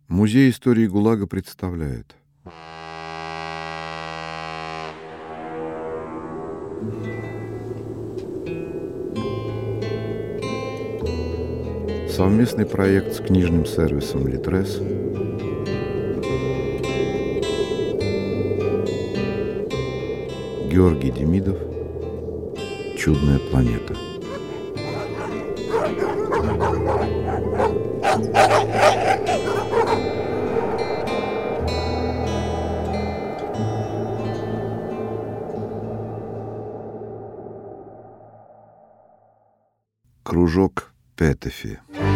Музей истории ГУЛАГа представляет. Совместный проект с книжным сервисом «Литрес». Георгий Демидов. «Чудная планета». Кружок Петефи.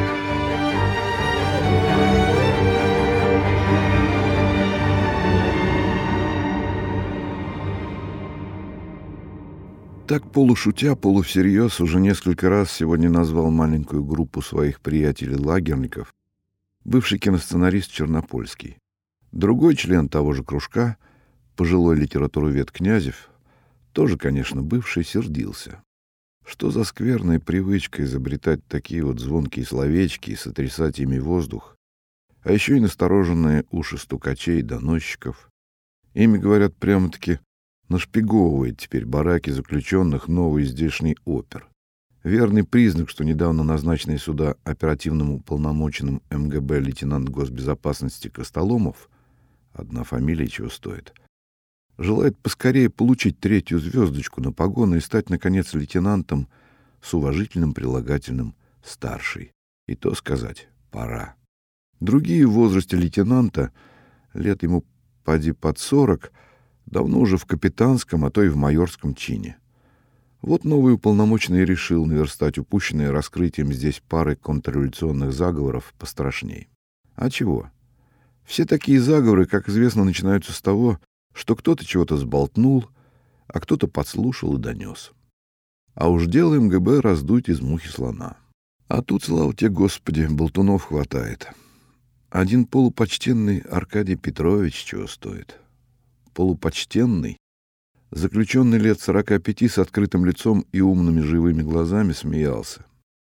Так полушутя, полувсерьез уже несколько раз сегодня назвал маленькую группу своих приятелей-лагерников бывший киносценарист Чернопольский. Другой член того же кружка, пожилой литературовед Князев, тоже, конечно, бывший, сердился. Что за скверная привычка изобретать такие вот звонкие словечки и сотрясать ими воздух, а еще и настороженные уши стукачей и доносчиков. Ими, говорят, прямо-таки нашпиговывает теперь бараки заключенных новый здешний опер. Верный признак, что недавно назначенный сюда оперативным уполномоченным МГБ лейтенант госбезопасности Костоломов, одна фамилия чего стоит, желает поскорее получить 3-ю звездочку на погоны и стать, наконец, лейтенантом с уважительным прилагательным «старший». И то сказать «пора». Другие в возрасте лейтенанта, лет ему поди под 40, давно уже в капитанском, а то и в майорском чине. Вот новый уполномоченный решил наверстать упущенное раскрытием здесь пары контрреволюционных заговоров пострашней. А чего? Все такие заговоры, как известно, начинаются с того, что кто-то чего-то сболтнул, а кто-то подслушал и донес. А уж дело МГБ раздуть из мухи слона. А тут, слава тебе, Господи, болтунов хватает. Один полупочтенный Аркадий Петрович чего стоит. Полупочтенный, заключенный лет 45 с открытым лицом и умными живыми глазами, смеялся.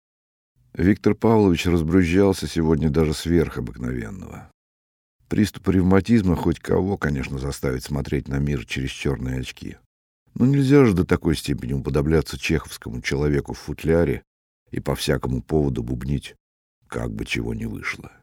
Виктор Павлович разбрюзжался сегодня даже сверх обыкновенного. Приступ ревматизма хоть кого, конечно, заставит смотреть на мир через черные очки. Но нельзя же до такой степени уподобляться чеховскому человеку в футляре и по всякому поводу бубнить, как бы чего ни вышло.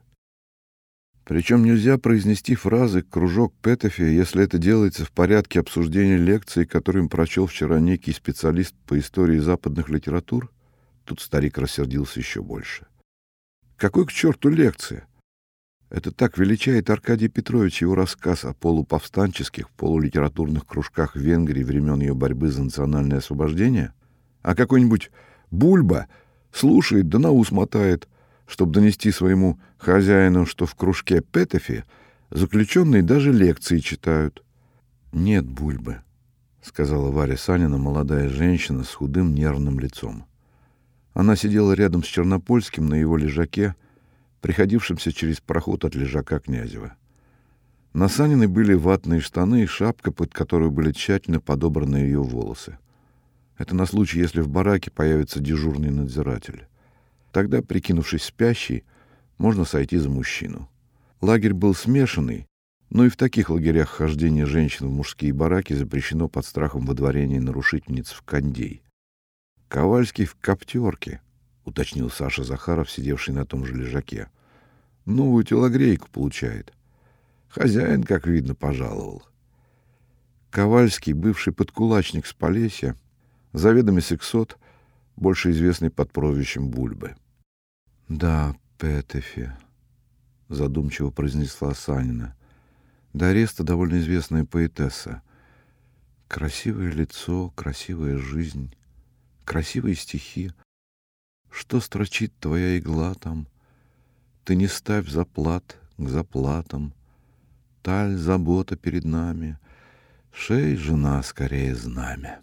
Причем нельзя произнести фразы «кружок Петефи», если это делается в порядке обсуждения лекции, которую им прочел вчера некий специалист по истории западных литератур. Тут старик рассердился еще больше. Какой к черту лекция? Это так величает Аркадий Петрович его рассказ о полуповстанческих, полулитературных кружках в Венгрии времен ее борьбы за национальное освобождение? А какой-нибудь Бульба слушает да на ус мотает, чтобы донести своему хозяину, что в кружке Петефи заключенные даже лекции читают. «Нет Бульбы», — сказала Варя Санина, молодая женщина с худым нервным лицом. Она сидела рядом с Чернопольским на его лежаке, приходившимся через проход от лежака Князева. На Саниной были ватные штаны и шапка, под которой были тщательно подобраны ее волосы. Это на случай, если в бараке появится дежурный надзиратель. Тогда, прикинувшись спящей, можно сойти за мужчину. Лагерь был смешанный, но и в таких лагерях хождение женщин в мужские бараки запрещено под страхом выдворения нарушительниц в кондей. «Ковальский в коптерке», — уточнил Саша Захаров, сидевший на том же лежаке. «Новую телогрейку получает. Хозяин, как видно, пожаловал». Ковальский, бывший подкулачник с Полесья, заведомый сексот, больше известный под прозвищем Бульбы. «Да, Петефи», — задумчиво произнесла Санина. «До ареста довольно известная поэтесса. Красивое лицо, красивая жизнь, красивые стихи. Что строчит твоя игла там? Ты не ставь заплат к заплатам. Таль, забота перед нами. Шей, жена, скорее знамя».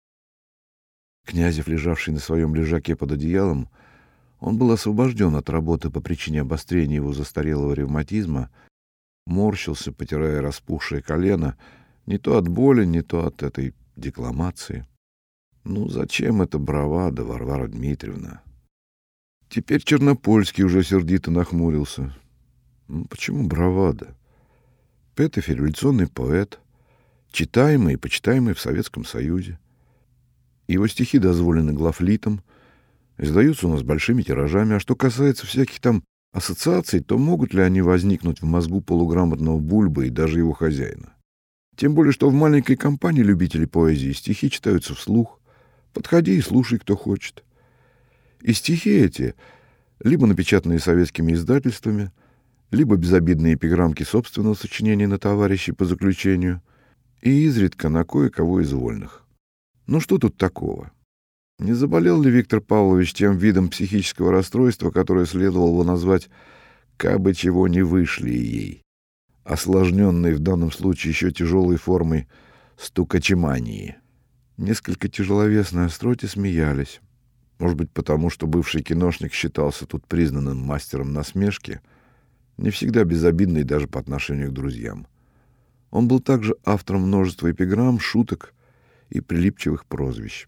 Князев, лежавший на своем лежаке под одеялом, он был освобожден от работы по причине обострения его застарелого ревматизма, морщился, потирая распухшее колено, не то от боли, не то от этой декламации. Ну, зачем эта бравада, Варвара Дмитриевна? Теперь Чернопольский уже сердито нахмурился. Почему бравада? Петеф — революционный поэт, читаемый и почитаемый в Советском Союзе. Его стихи дозволены главлитам, издаются у нас большими тиражами. А что касается всяких там ассоциаций, то могут ли они возникнуть в мозгу полуграмотного Бульбы и даже его хозяина? Тем более, что в маленькой компании любителей поэзии стихи читаются вслух. Подходи и слушай, кто хочет. И стихи эти либо напечатанные советскими издательствами, либо безобидные эпиграммки собственного сочинения на товарищей по заключению и изредка на кое-кого из вольных. Ну что тут такого? Не заболел ли Виктор Павлович тем видом психического расстройства, которое следовало бы назвать «кабы чего не вышли ей», осложненной в данном случае еще тяжелой формой стукачемании? Несколько тяжеловесные остроти смеялись. Может быть, потому что бывший киношник считался тут признанным мастером насмешки, не всегда безобидный даже по отношению к друзьям. Он был также автором множества эпиграмм, шуток и прилипчивых прозвищ.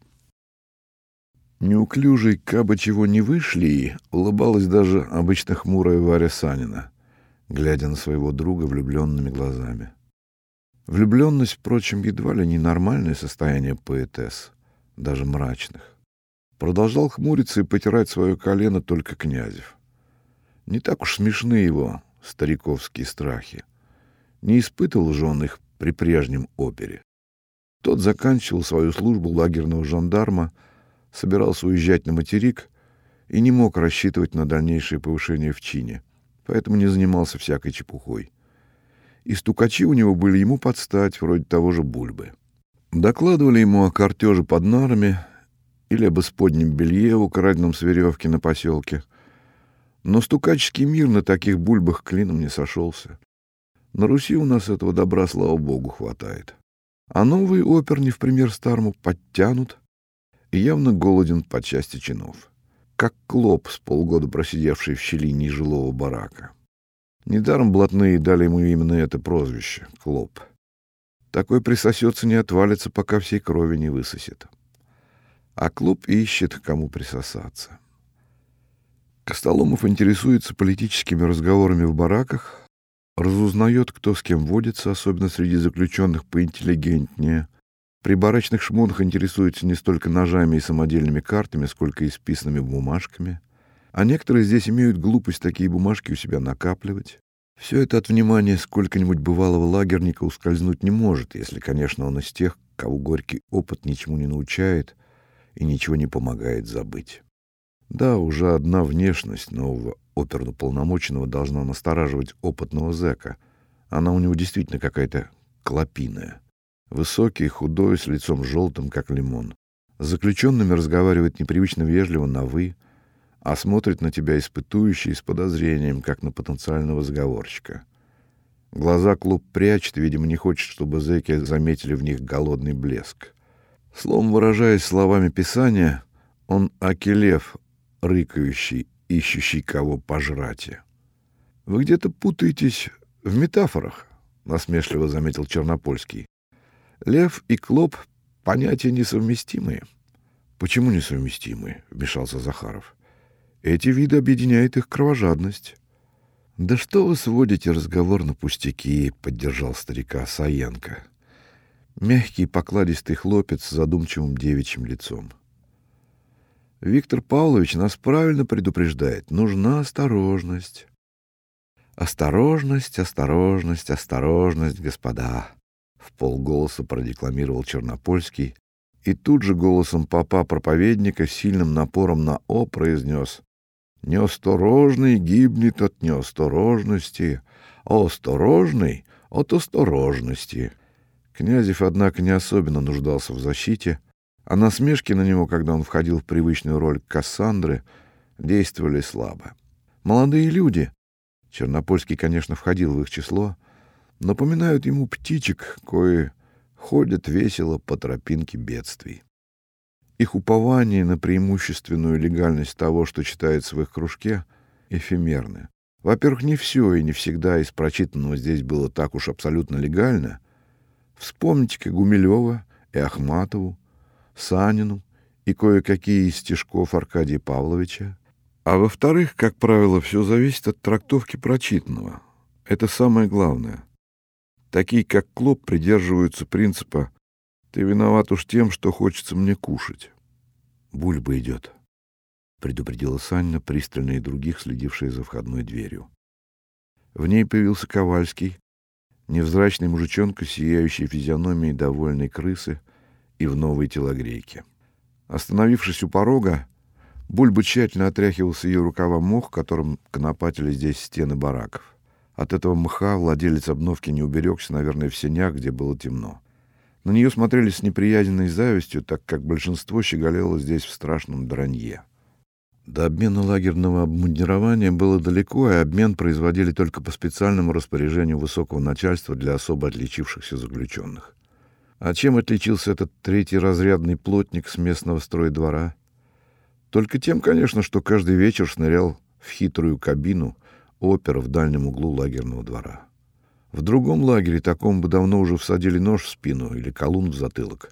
Неуклюжей «кабы чего не вышли» улыбалась даже обычно хмурая Варя Санина, глядя на своего друга влюбленными глазами. Влюбленность, впрочем, едва ли не нормальное состояние поэтесс, даже мрачных. Продолжал хмуриться и потирать свое колено только Князев. Не так уж смешны его стариковские страхи. Не испытывал же он их при прежнем опере. Тот заканчивал свою службу лагерного жандарма, собирался уезжать на материк и не мог рассчитывать на дальнейшее повышение в чине, поэтому не занимался всякой чепухой. И стукачи у него были ему под стать, вроде того же Бульбы. Докладывали ему о картеже под нарами или об исподнем белье, украденном с веревки на поселке. Но стукаческий мир на таких Бульбах клином не сошелся. На Руси у нас этого добра, слава богу, хватает. А новый опер, не в пример старому, подтянут и явно голоден по части чинов. Как клоп, с полгода просидевший в щели нежилого барака. Недаром блатные дали ему именно это прозвище — клоп. Такой присосется, не отвалится, пока всей крови не высосет. А клоп ищет, кому присосаться. Костоломов интересуется политическими разговорами в бараках, разузнает, кто с кем водится, особенно среди заключенных поинтеллигентнее. При барачных шмонах интересуется не столько ножами и самодельными картами, сколько исписанными бумажками. А некоторые здесь имеют глупость такие бумажки у себя накапливать. Все это от внимания сколько-нибудь бывалого лагерника ускользнуть не может, если, конечно, он из тех, кого горький опыт ничему не научает и ничего не помогает забыть. Да, уже одна внешность нового оперуполномоченного должна настораживать опытного зэка. Она у него действительно какая-то клопиная. Высокий, худой, с лицом желтым, как лимон. С заключенными разговаривает непривычно вежливо на «вы», а смотрит на тебя испытующе и с подозрением, как на потенциального заговорщика. Глаза клуб прячет, видимо, не хочет, чтобы зэки заметили в них голодный блеск. Словом, выражаясь словами Писания, он аки лев, рыкающий, ищущий кого пожрать. «Вы где-то путаетесь в метафорах», — насмешливо заметил Чернопольский. «Лев и клоп — понятия несовместимые». «Почему несовместимые?» — вмешался Захаров. «Эти виды объединяет их кровожадность». «Да что вы сводите разговор на пустяки?» — поддержал старика Саенко. Мягкий покладистый хлопец с задумчивым девичьим лицом. «Виктор Павлович нас правильно предупреждает. Нужна осторожность». «Осторожность, осторожность, осторожность, господа!» — вполголоса продекламировал Чернопольский, и тут же голосом попа-проповедника с сильным напором на «о» произнес: «Неосторожный гибнет от неосторожности, а осторожный — от осторожности». Князев, однако, не особенно нуждался в защите, а насмешки на него, когда он входил в привычную роль Кассандры, действовали слабо. Молодые люди, Чернопольский, конечно, входил в их число, напоминают ему птичек, кои ходят весело по тропинке бедствий. Их упование на преимущественную легальность того, что читается в их кружке, эфемерны. Во-первых, не все и не всегда из прочитанного здесь было так уж абсолютно легально. Вспомните-ка Гумилева и Ахматову, Санину и кое-какие из стишков Аркадия Павловича. А во-вторых, как правило, все зависит от трактовки прочитанного. Это самое главное. Такие, как Клоп, придерживаются принципа «ты виноват уж тем, что хочется мне кушать». «Бульба идет», — предупредила Санина, пристально и других, следившая за входной дверью. В ней появился Ковальский, невзрачный мужичонка, сияющий физиономией довольной крысы и в новой телогрейке. Остановившись у порога, Бульба тщательно отряхивал с ее рукава мох, которым конопатили здесь стены бараков. От этого мха владелец обновки не уберегся, наверное, в сенях, где было темно. На нее смотрели с неприязненной завистью, так как большинство щеголело здесь в страшном дранье. До обмена лагерного обмундирования было далеко, и обмен производили только по специальному распоряжению высокого начальства для особо отличившихся заключенных. А чем отличился этот третий разрядный плотник с местного стройдвора? Только тем, конечно, что каждый вечер шнырял в хитрую кабину опера в дальнем углу лагерного двора. В другом лагере такому бы давно уже всадили нож в спину или колун в затылок.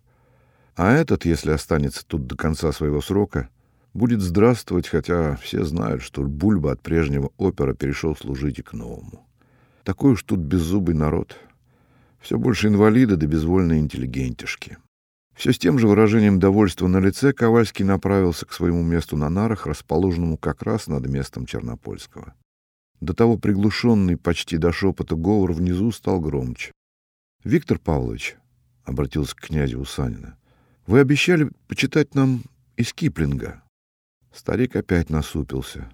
А этот, если останется тут до конца своего срока, будет здравствовать, хотя все знают, что Бульба от прежнего опера перешел служить и к новому. Такой уж тут беззубый народ. Все больше инвалида да безвольные интеллигентишки. Все с тем же выражением довольства на лице Ковальский направился к своему месту на нарах, расположенному как раз над местом Чернопольского. До того приглушенный почти до шепота говор внизу стал громче. — Виктор Павлович, — обратился к князю Санина, — вы обещали почитать нам из Киплинга. Старик опять насупился.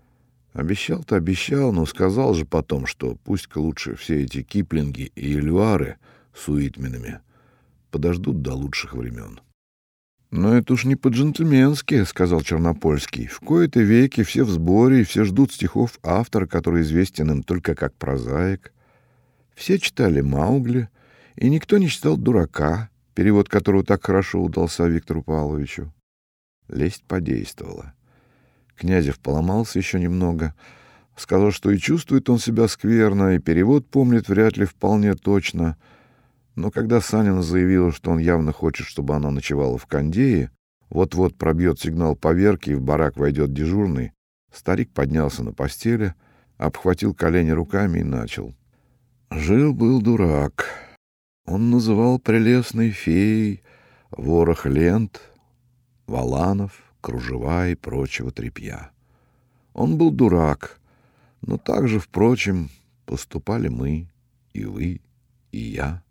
Обещал-то обещал, но сказал же потом, что пусть-ка лучше все эти Киплинги и Эльвары с Уитменами подождут до лучших времен. — Но это уж не по-джентльменски, — сказал Чернопольский. — В кои-то веки все в сборе, и все ждут стихов автора, который известен им только как прозаик. Все читали Маугли, и никто не читал «Дурака», перевод которого так хорошо удался Виктору Павловичу. Лесть подействовала. Князев поломался еще немного, сказал, что и чувствует он себя скверно, и перевод помнит вряд ли вполне точно. Но когда Санина заявила, что он явно хочет, чтобы она ночевала в кондее, вот-вот пробьет сигнал поверки и в барак войдет дежурный, старик поднялся на постели, обхватил колени руками и начал. Жил-был дурак. Он называл прелестной феей ворох лент, воланов, кружева и прочего тряпья. Он был дурак, но так же, впрочем, поступали мы, и вы, и я.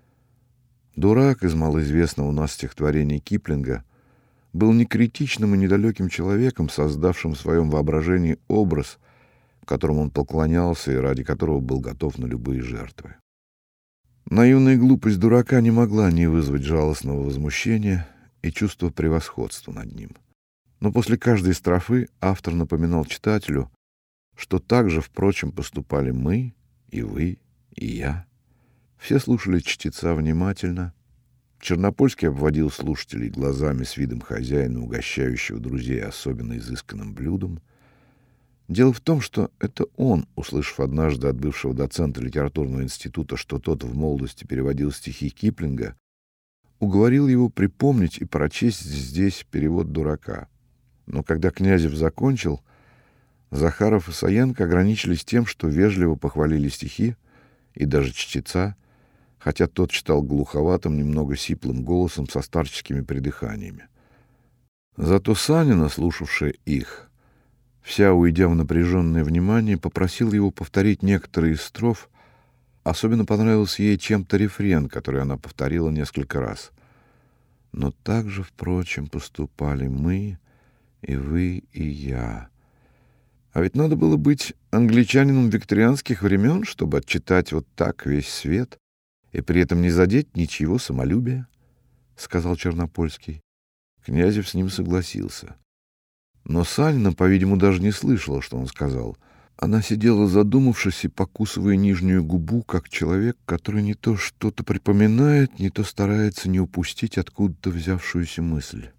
Дурак из малоизвестного у нас стихотворения Киплинга был некритичным и недалеким человеком, создавшим в своем воображении образ, которому он поклонялся и ради которого был готов на любые жертвы. Наивная глупость дурака не могла не вызвать жалостного возмущения и чувства превосходства над ним. Но после каждой строфы автор напоминал читателю, что так же, впрочем, поступали мы, и вы, и я. Все слушали чтеца внимательно. Чернопольский обводил слушателей глазами с видом хозяина, угощающего друзей особенно изысканным блюдом. Дело в том, что это он, услышав однажды от бывшего доцента литературного института, что тот в молодости переводил стихи Киплинга, уговорил его припомнить и прочесть здесь перевод «Дурака». Но когда Князев закончил, Захаров и Саенко ограничились тем, что вежливо похвалили стихи и даже чтеца, хотя тот читал глуховатым, немного сиплым голосом со старческими придыханиями. Зато Санина, слушавшая их, вся уйдя в напряженное внимание, попросила его повторить некоторые из строф. Особенно понравился ей чем-то рефрен, который она повторила несколько раз. Но так же, впрочем, поступали мы, и вы, и я. А ведь надо было быть англичанином викторианских времен, чтобы отчитать вот так весь свет и при этом не задеть ничьего самолюбия, — сказал Чернопольский. Князев с ним согласился. Но Санина, по-видимому, даже не слышала, что он сказал. Она сидела задумавшись и покусывая нижнюю губу, как человек, который не то что-то припоминает, не то старается не упустить откуда-то взявшуюся мысль.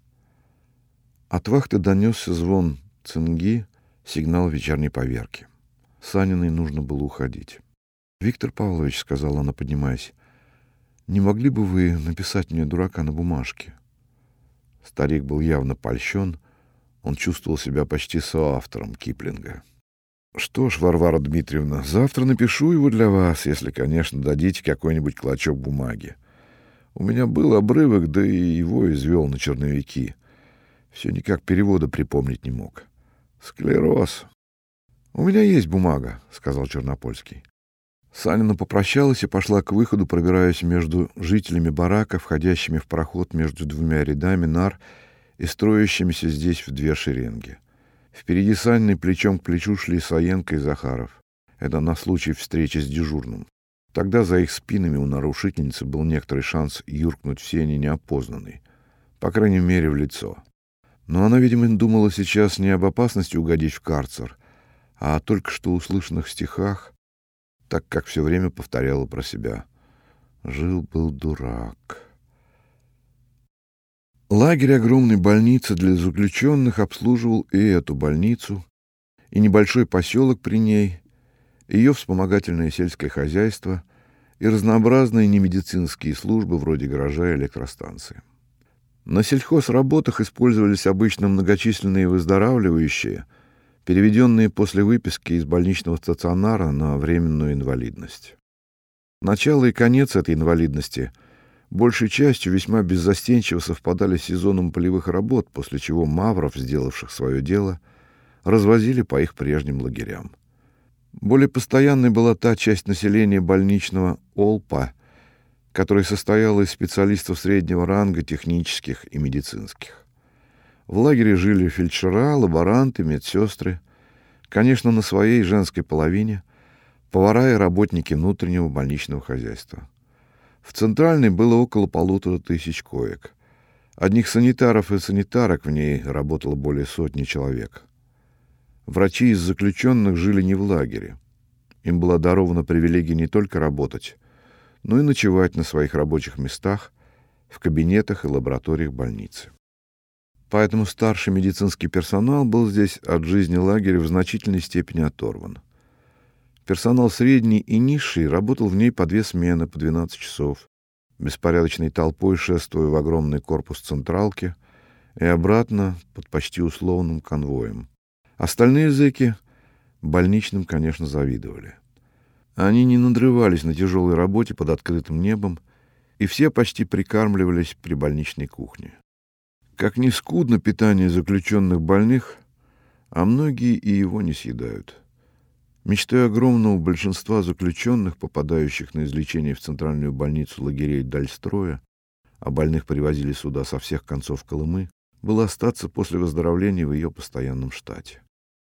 От вахты донесся звон цинги, сигнал вечерней поверки. Саниной нужно было уходить. — Виктор Павлович, — сказала она, поднимаясь, — не могли бы вы написать мне дурака на бумажке? Старик был явно польщен, он чувствовал себя почти соавтором Киплинга. Что ж, Варвара Дмитриевна, завтра напишу его для вас, если, конечно, дадите какой-нибудь клочок бумаги. У меня был обрывок, да и его извел на черновики. Все никак перевода припомнить не мог. Склероз. У меня есть бумага, сказал Чернопольский. Санина попрощалась и пошла к выходу, пробираясь между жителями барака, входящими в проход между двумя рядами нар и строящимися здесь в две шеренги. Впереди Саниной плечом к плечу шли Саенко и Захаров. Это на случай встречи с дежурным. Тогда за их спинами у нарушительницы был некоторый шанс юркнуть в сени неопознанной, по крайней мере, в лицо. Но она, видимо, думала сейчас не об опасности угодить в карцер, а о только что услышанных стихах, так как все время повторяла про себя: «Жил-был дурак». Лагерь огромной больницы для заключенных обслуживал и эту больницу, и небольшой поселок при ней, ее вспомогательное сельское хозяйство и разнообразные немедицинские службы вроде гаража и электростанции. На сельхозработах использовались обычно многочисленные выздоравливающие, переведенные после выписки из больничного стационара на временную инвалидность. Начало и конец этой инвалидности большей частью весьма беззастенчиво совпадали с сезоном полевых работ, после чего мавров, сделавших свое дело, развозили по их прежним лагерям. Более постоянной была та часть населения больничного Олпа, которая состояла из специалистов среднего ранга, технических и медицинских. В лагере жили фельдшера, лаборанты, медсестры, конечно, на своей женской половине, повара и работники внутреннего больничного хозяйства. В центральной было около 1500 коек. Одних санитаров и санитарок в ней работало более сотни человек. Врачи из заключенных жили не в лагере. Им была дарована привилегия не только работать, но и ночевать на своих рабочих местах, в кабинетах и лабораториях больницы. Поэтому старший медицинский персонал был здесь от жизни лагеря в значительной степени оторван. Персонал средний и низший работал в ней по 2 смены, по 12 часов, беспорядочной толпой шествуя в огромный корпус централки и обратно под почти условным конвоем. Остальные зэки больничным, конечно, завидовали. Они не надрывались на тяжелой работе под открытым небом, и все почти прикармливались при больничной кухне. Как ни скудно питание заключенных больных, а многие и его не съедают. Мечтой огромного большинства заключенных, попадающих на излечение в центральную больницу лагерей Дальстроя, а больных привозили сюда со всех концов Колымы, было остаться после выздоровления в ее постоянном штате.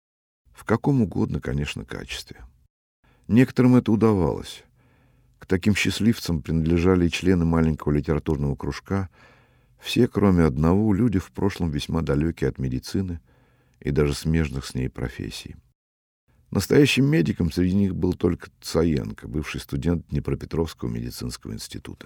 В каком угодно, конечно, качестве. Некоторым это удавалось. К таким счастливцам принадлежали и члены маленького литературного кружка, все, кроме одного, люди в прошлом весьма далекие от медицины и даже смежных с ней профессий. Настоящим медиком среди них был только Саенко, бывший студент Днепропетровского медицинского института.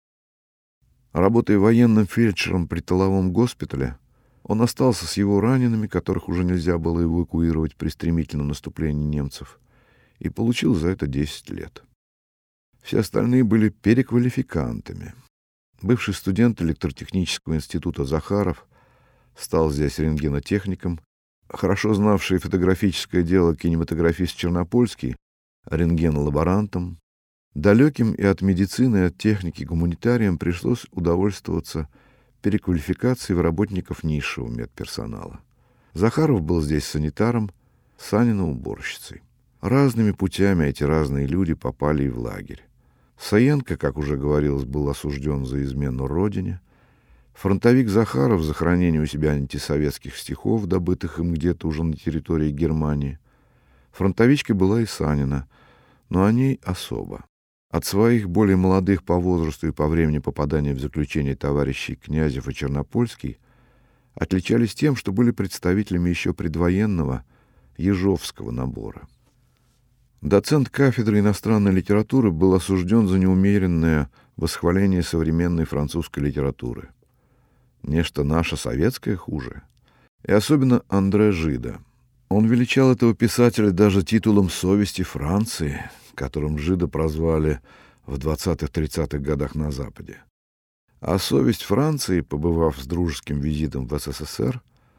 Работая военным фельдшером при тыловом госпитале, он остался с его ранеными, которых уже нельзя было эвакуировать при стремительном наступлении немцев, и получил за это 10 лет. Все остальные были переквалификантами. Бывший студент электротехнического института Захаров стал здесь рентгенотехником, хорошо знавший фотографическое дело кинематографист Чернопольский рентгенолаборантом. Далеким и от медицины, и от техники гуманитариям пришлось удовольствоваться переквалификацией в работников низшего медперсонала. Захаров был здесь санитаром, Санина уборщицей. Разными путями эти разные люди попали и в лагерь. Саенко, как уже говорилось, был осужден за измену родине. Фронтовик Захаров за хранение у себя антисоветских стихов, добытых им где-то уже на территории Германии. Фронтовичкой была и Санина, но о ней особо. От своих более молодых по возрасту и по времени попадания в заключение товарищей Князев и Чернопольский отличались тем, что были представителями еще предвоенного ежовского набора. Доцент кафедры иностранной литературы был осужден за неумеренное восхваление современной французской литературы. Нечто наше советское хуже. И особенно Андре Жида. Он величал этого писателя даже титулом «Совести Франции», которым Жида прозвали в 20-30-х годах на Западе. А совесть Франции, побывав с дружеским визитом в СССР,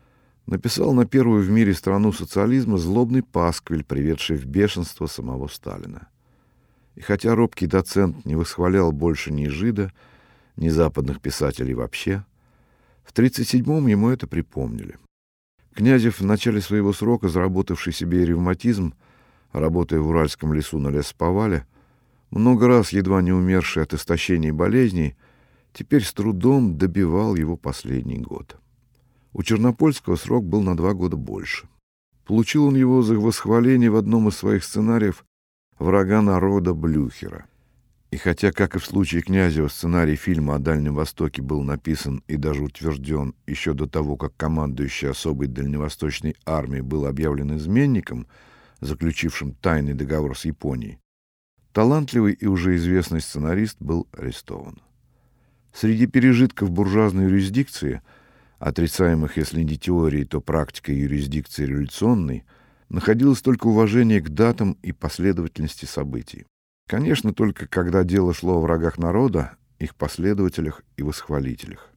написал на первую в мире страну социализма злобный пасквиль, приведший в бешенство самого Сталина. И хотя робкий доцент не восхвалял больше ни Жида, ни западных писателей вообще, в 1937-м ему это припомнили. Князев в начале своего срока, заработавший себе ревматизм, работая в Уральском лесу на лесоповале, много раз едва не умерший от истощения и болезней, теперь с трудом добивал его последний год. У Чернопольского срок был на 2 года больше. Получил он его за восхваление в одном из своих сценариев «Врага народа» Блюхера. И хотя, как и в случае Князева, сценарий фильма о Дальнем Востоке был написан и даже утвержден еще до того, как командующий особой дальневосточной армией был объявлен изменником, заключившим тайный договор с Японией, талантливый и уже известный сценарист был арестован. Среди пережитков буржуазной юрисдикции, отрицаемых, если не теорией, то практикой юрисдикции революционной, находилось только уважение к датам и последовательности событий. Конечно, только когда дело шло о врагах народа, их последователях и восхвалителях.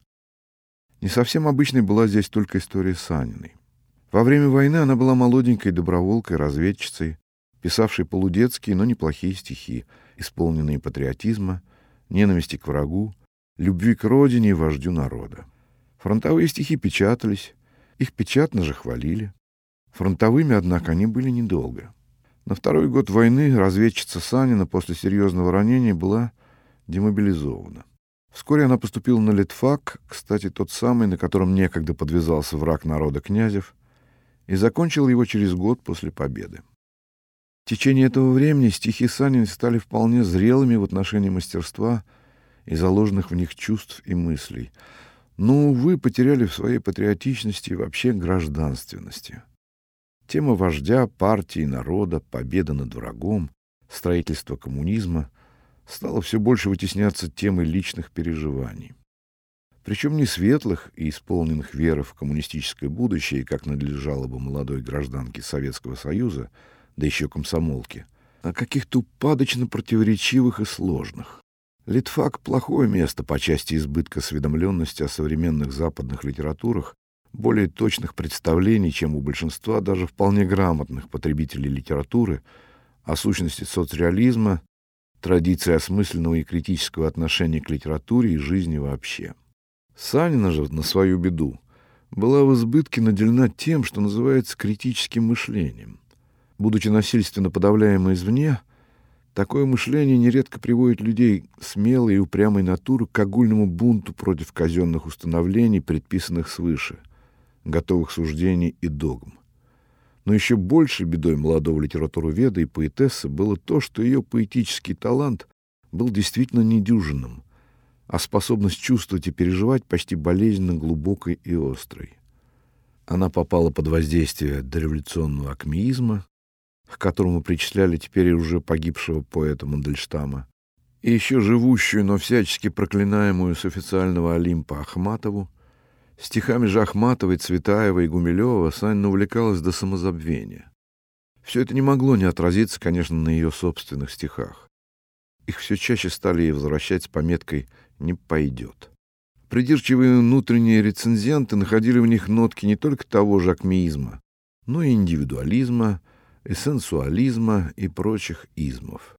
Не совсем обычной была здесь только история Саниной. Во время войны она была молоденькой доброволкой, разведчицей, писавшей полудетские, но неплохие стихи, исполненные патриотизма, ненависти к врагу, любви к родине и вождю народа. Фронтовые стихи печатались, их печатно же хвалили. Фронтовыми, однако, они были недолго. На 2-й год войны разведчица Санина после серьезного ранения была демобилизована. Вскоре она поступила на литфак, кстати, тот самый, на котором некогда подвязался враг народа Князев, и закончила его через год после победы. В течение этого времени стихи Саниной стали вполне зрелыми в отношении мастерства и заложенных в них чувств и мыслей, но, увы, потеряли в своей патриотичности и вообще гражданственности. Тема вождя, партии, народа, победа над врагом, строительство коммунизма стала все больше вытесняться темой личных переживаний. Причем не светлых и исполненных веры в коммунистическое будущее, как надлежало бы молодой гражданке Советского Союза, да еще комсомолке, а каких-то упадочно противоречивых и сложных. Литфак — плохое место по части избытка осведомленности о современных западных литературах, более точных представлений, чем у большинства даже вполне грамотных потребителей литературы, о сущности соцреализма, традиции осмысленного и критического отношения к литературе и жизни вообще. Санина же, на свою беду, была в избытке наделена тем, что называется критическим мышлением. Будучи насильственно подавляемой извне, такое мышление нередко приводит людей смелой и упрямой натуры к огульному бунту против казенных установлений, предписанных свыше, готовых суждений и догм. Но еще большей бедой молодого литературоведа и поэтессы было то, что ее поэтический талант был действительно недюжинным, а способность чувствовать и переживать почти болезненно глубокой и острой. Она попала под воздействие дореволюционного акмеизма, к которому причисляли теперь уже погибшего поэта Мандельштама, и еще живущую, но всячески проклинаемую с официального Олимпа Ахматову. Стихами же Ахматовой, Цветаева и Гумилева Санина увлекалась до самозабвения. Все это не могло не отразиться, конечно, на ее собственных стихах. Их все чаще стали ей возвращать с пометкой «не пойдет». Придирчивые внутренние рецензенты находили в них нотки не только того же акмеизма, но и индивидуализма, эссенсуализма и прочих измов.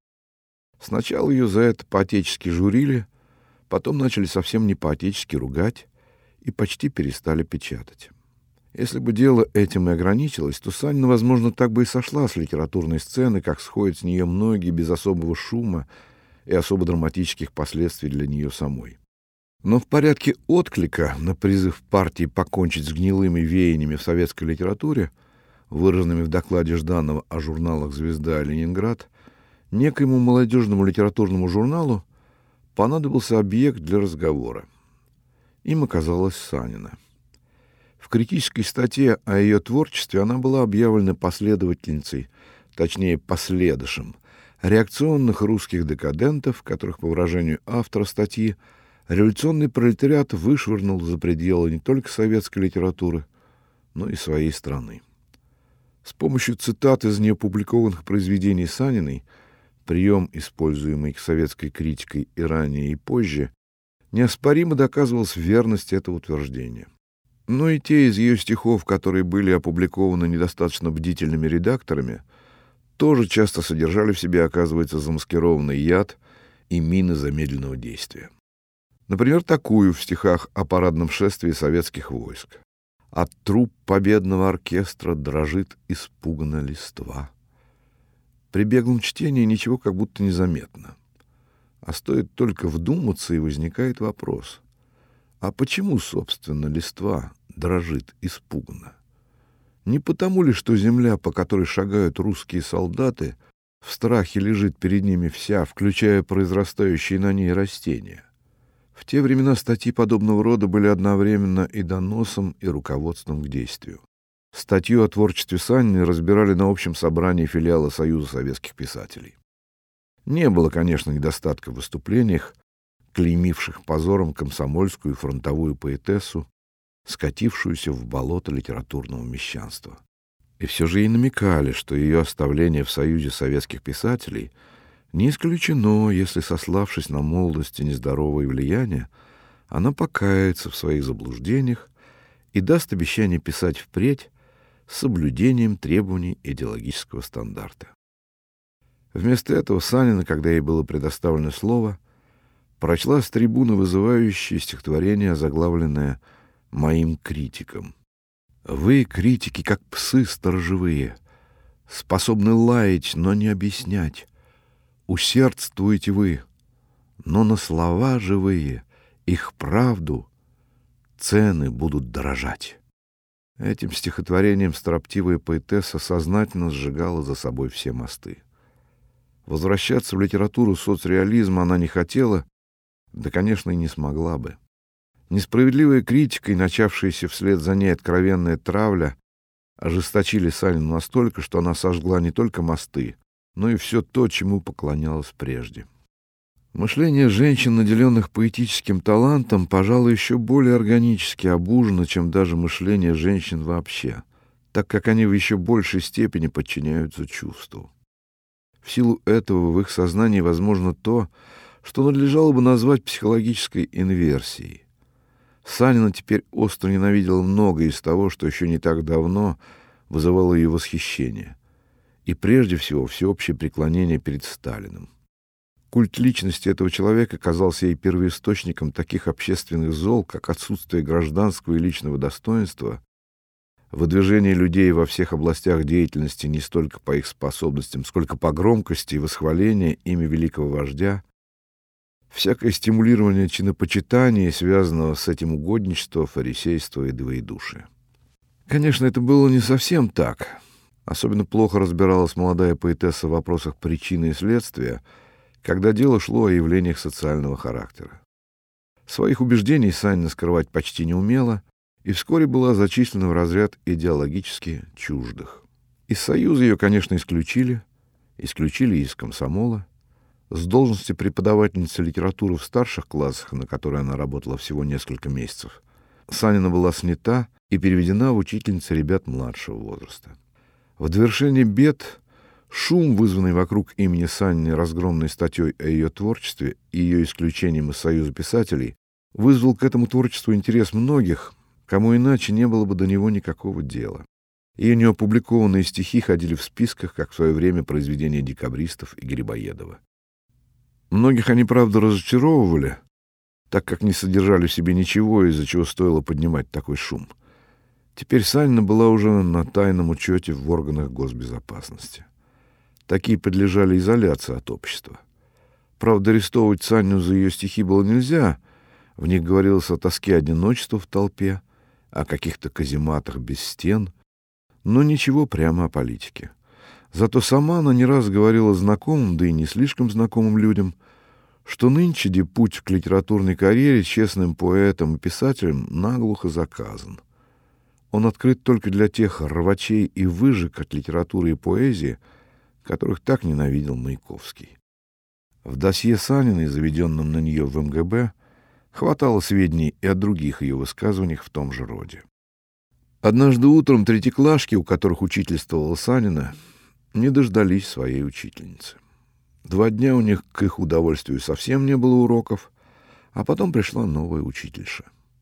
Сначала ее за это по-отечески журили, потом начали совсем не по-отечески ругать и почти перестали печатать. Если бы дело этим и ограничилось, то Санина, возможно, так бы и сошла с литературной сцены, как сходят с нее многие без особого шума и особо драматических последствий для нее самой. Но в порядке отклика на призыв партии покончить с гнилыми веяниями в советской литературе, выраженными в докладе Жданова о журналах «Звезда» и «Ленинград», некоему молодежному литературному журналу понадобился объект для разговора. Им оказалась Санина. В критической статье о ее творчестве она была объявлена последовательницей, точнее последующим, реакционных русских декадентов, которых, по выражению автора статьи, революционный пролетариат вышвырнул за пределы не только советской литературы, но и своей страны. С помощью цитат из неопубликованных произведений Саниной, прием, используемый советской критикой и ранее, и позже, неоспоримо доказывалась верность этого утверждения. Но и те из ее стихов, которые были опубликованы недостаточно бдительными редакторами, тоже часто содержали в себе, оказывается, замаскированный яд и мины замедленного действия. Например, такую в стихах о парадном шествии советских войск. «От труб победного оркестра дрожит испуганно листва». При беглом чтении ничего как будто незаметно. А стоит только вдуматься, и возникает вопрос. А почему, собственно, листва дрожит испуганно? Не потому ли, что земля, по которой шагают русские солдаты, в страхе лежит перед ними вся, включая произрастающие на ней растения? В те времена статьи подобного рода были одновременно и доносом, и руководством к действию. Статью о творчестве Санина разбирали на общем собрании филиала Союза советских писателей. Не было, конечно, недостатка в выступлениях, клеймивших позором комсомольскую и фронтовую поэтессу, скатившуюся в болото литературного мещанства. И все же ей намекали, что ее оставление в Союзе советских писателей не исключено, если, сославшись на молодость и нездоровое влияние, она покается в своих заблуждениях и даст обещание писать впредь с соблюдением требований идеологического стандарта. Вместо этого Санина, когда ей было предоставлено слово, прочла с трибуны вызывающее стихотворение, озаглавленное «Моим критикам». «Вы, критики, как псы сторожевые, способны лаять, но не объяснять. Усердствуете вы, но на слова живые, их правду, цены будут дорожать». Этим стихотворением строптивая поэтесса сознательно сжигала за собой все мосты. Возвращаться в литературу соцреализма она не хотела, да, конечно, и не смогла бы. Несправедливая критика и начавшаяся вслед за ней откровенная травля ожесточили Санину настолько, что она сожгла не только мосты, но и все то, чему поклонялась прежде. Мышление женщин, наделенных поэтическим талантом, пожалуй, еще более органически обужено, чем даже мышление женщин вообще, так как они в еще большей степени подчиняются чувству. В силу этого в их сознании возможно то, что надлежало бы назвать психологической инверсией. Санина теперь остро ненавидела многое из того, что еще не так давно вызывало ее восхищение, и прежде всего всеобщее преклонение перед Сталиным. Культ личности этого человека казался ей первоисточником таких общественных зол, как отсутствие гражданского и личного достоинства, выдвижение людей во всех областях деятельности не столько по их способностям, сколько по громкости и восхвалению ими великого вождя, всякое стимулирование чинопочитания, связанного с этим угодничество, фарисейство и двоедушие. Конечно, это было не совсем так. Особенно плохо разбиралась молодая поэтесса в вопросах причины и следствия, когда дело шло о явлениях социального характера. Своих убеждений Санина скрывать почти не умела и вскоре была зачислена в разряд идеологически чуждых. Из Союза ее, конечно, исключили из комсомола. С должности преподавательницы литературы в старших классах, на которой она работала всего несколько месяцев, Санина была снята и переведена в учительницу ребят младшего возраста. В довершение бед шум, вызванный вокруг имени Саниной разгромной статьей о ее творчестве и ее исключением из Союза писателей, вызвал к этому творчеству интерес многих, кому иначе не было бы до него никакого дела. Ее неопубликованные стихи ходили в списках, как в свое время произведения декабристов и Грибоедова. Многих они, правда, разочаровывали, так как не содержали в себе ничего, из-за чего стоило поднимать такой шум. Теперь Санина была уже на тайном учете в органах госбезопасности. Такие подлежали изоляции от общества. Правда, арестовывать Санину за ее стихи было нельзя. В них говорилось о тоске одиночества в толпе, о каких-то казематах без стен, но ничего прямо о политике. Зато сама она не раз говорила знакомым, да и не слишком знакомым людям, что нынче путь к литературной карьере честным поэтам и писателям наглухо заказан. Он открыт только для тех рвачей и выжиг от литературы и поэзии, которых так ненавидел Маяковский. В досье Саниной, заведенном на нее в МГБ, хватало сведений и о других ее высказываниях в том же роде. Однажды утром третьеклашки, у которых учительствовала Санина, не дождались своей учительницы. 2 дня у них, к их удовольствию, совсем не было уроков, а потом пришла новая учительша.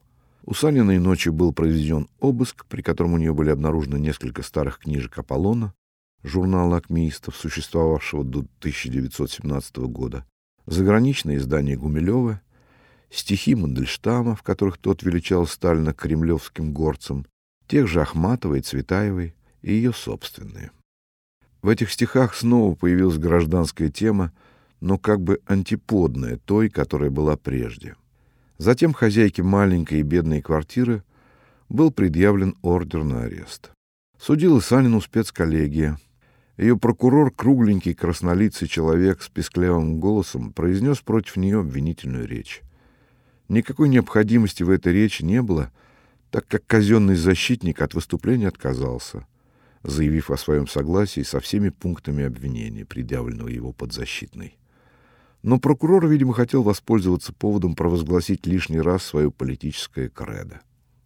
У Саниной ночью был произведен обыск, при котором у нее были обнаружены несколько старых книжек Аполлона, журнала акмеистов, существовавшего до 1917 года, заграничное издание Гумилева, стихи Мандельштама, в которых тот величал Сталина кремлевским горцем, тех же Ахматовой, Цветаевой и ее собственные. В этих стихах снова появилась гражданская тема, но как бы антиподная той, которая была прежде. Затем хозяйке маленькой и бедной квартиры был предъявлен ордер на арест. Судила Санину спецколлегия. Ее прокурор, кругленький краснолицый человек с писклявым голосом, произнес против нее обвинительную речь. Никакой необходимости в этой речи не было, так как казенный защитник от выступления отказался, заявив о своем согласии со всеми пунктами обвинения, предъявленного его подзащитной. Но прокурор, видимо, хотел воспользоваться поводом провозгласить лишний раз свое политическое кредо.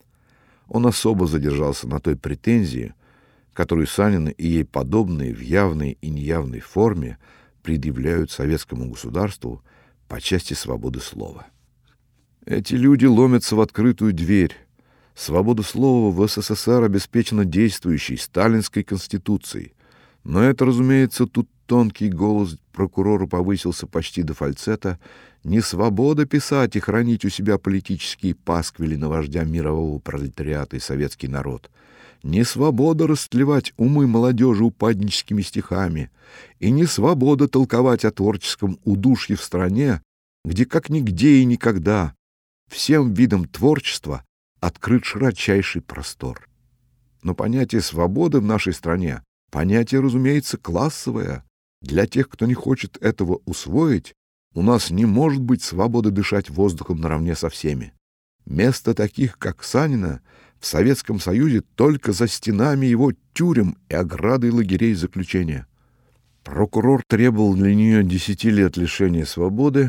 Он особо задержался на той претензии, которую Санин и ей подобные в явной и неявной форме предъявляют советскому государству по части свободы слова. Эти люди ломятся в открытую дверь. Свобода слова в СССР обеспечена действующей сталинской конституцией. Но это, разумеется, тут тонкий голос прокурора повысился почти до фальцета. Не свобода писать и хранить у себя политические пасквили на вождя мирового пролетариата и советский народ. Не свобода растлевать умы молодежи упадническими стихами. И не свобода толковать о творческом удушье в стране, где как нигде и никогда всем видам творчества открыт широчайший простор. Но понятие свободы в нашей стране — понятие, разумеется, классовое. Для тех, кто не хочет этого усвоить, у нас не может быть свободы дышать воздухом наравне со всеми. Место таких, как Санина, в Советском Союзе только за стенами его тюрем и оградой лагерей заключения. Прокурор требовал для нее 10 лет лишения свободы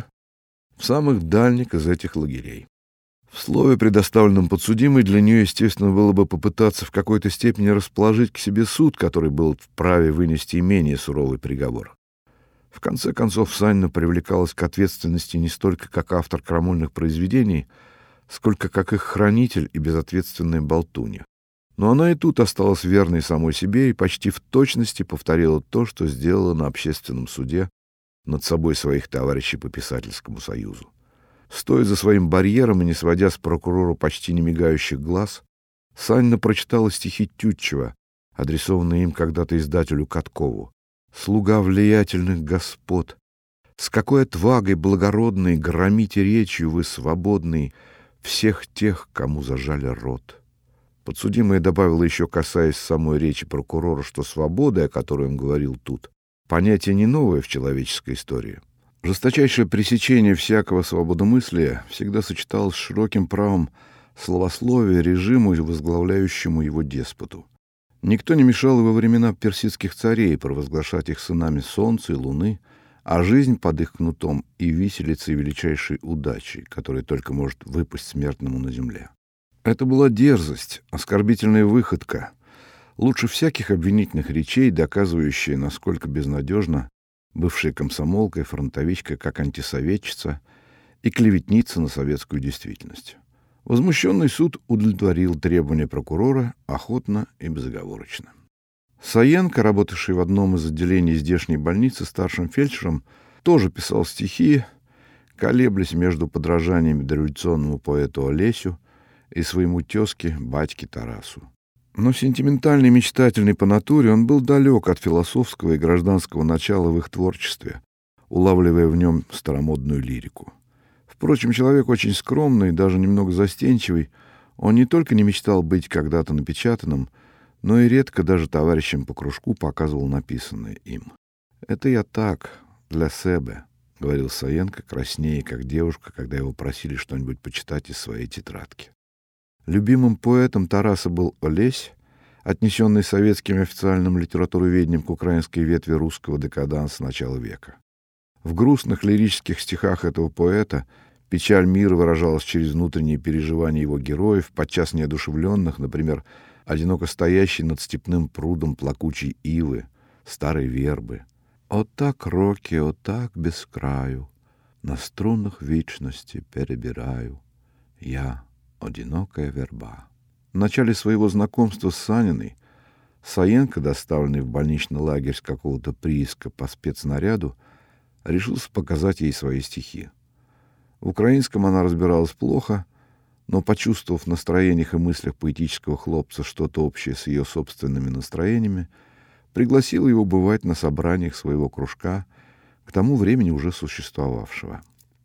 в самых дальних из этих лагерей. В слове, предоставленном подсудимой, для нее, естественно, было бы попытаться в какой-то степени расположить к себе суд, который был вправе вынести менее суровый приговор. В конце концов, Санина привлекалась к ответственности не столько как автор крамольных произведений, сколько как их хранитель и безответственная болтунья. Но она и тут осталась верной самой себе и почти в точности повторила то, что сделала на общественном суде над собой своих товарищей по Писательскому союзу. Стоя за своим барьером и не сводя с прокурора почти не мигающих глаз, Санина прочитала стихи Тютчева, адресованные им когда-то издателю Каткову. «Слуга влиятельных господ, с какой отвагой благородной громите речью вы свободный всех тех, кому зажали рот». Подсудимая добавила еще, касаясь самой речи прокурора, что свобода, о которой он говорил тут, понятие не новое в человеческой истории. Жесточайшее пресечение всякого свободомыслия всегда сочеталось с широким правом словословия режиму, возглавляющему его деспоту. Никто не мешал и во времена персидских царей провозглашать их сынами солнца и луны, а жизнь под их кнутом и виселицей величайшей удачи, которая только может выпасть смертному на земле. Это была дерзость, оскорбительная выходка, лучше всяких обвинительных речей, доказывающая, насколько безнадежна бывшая комсомолка и фронтовичка как антисоветчица и клеветница на советскую действительность. Возмущенный суд удовлетворил требования прокурора охотно и безоговорочно. Саенко, работавший в одном из отделений здешней больницы старшим фельдшером, тоже писал стихи, колеблясь между подражаниями дореволюционному поэту Олесю и своему тезке, батьке Тарасу. Но сентиментальный и мечтательный по натуре, он был далек от философского и гражданского начала в их творчестве, улавливая в нем старомодную лирику. Впрочем, человек очень скромный, даже немного застенчивый, он не только не мечтал быть когда-то напечатанным, но и редко даже товарищам по кружку показывал написанное им. «Это я так, для себе», — говорил Саенко, краснея, как девушка, когда его просили что-нибудь почитать из своей тетрадки. Любимым поэтом Тараса был Олесь, отнесенный советским официальным литературоведением к украинской ветви русского декаданса начала века. В грустных лирических стихах этого поэта печаль мира выражалась через внутренние переживания его героев, подчас неодушевленных, например, одиноко стоящей над степным прудом плакучей ивы, старой вербы. «О так роки, о так без краю, на струнах вечности перебираю, я, одинокая верба. В начале своего знакомства с Саниной Саенко, доставленный в больничный лагерь с какого-то прииска по спецнаряду, решился показать ей свои стихи. В украинском она разбиралась плохо, но, почувствовав в настроениях и мыслях поэтического хлопца что-то общее с ее собственными настроениями, пригласила его бывать на собраниях своего кружка, к тому времени уже существовавшего.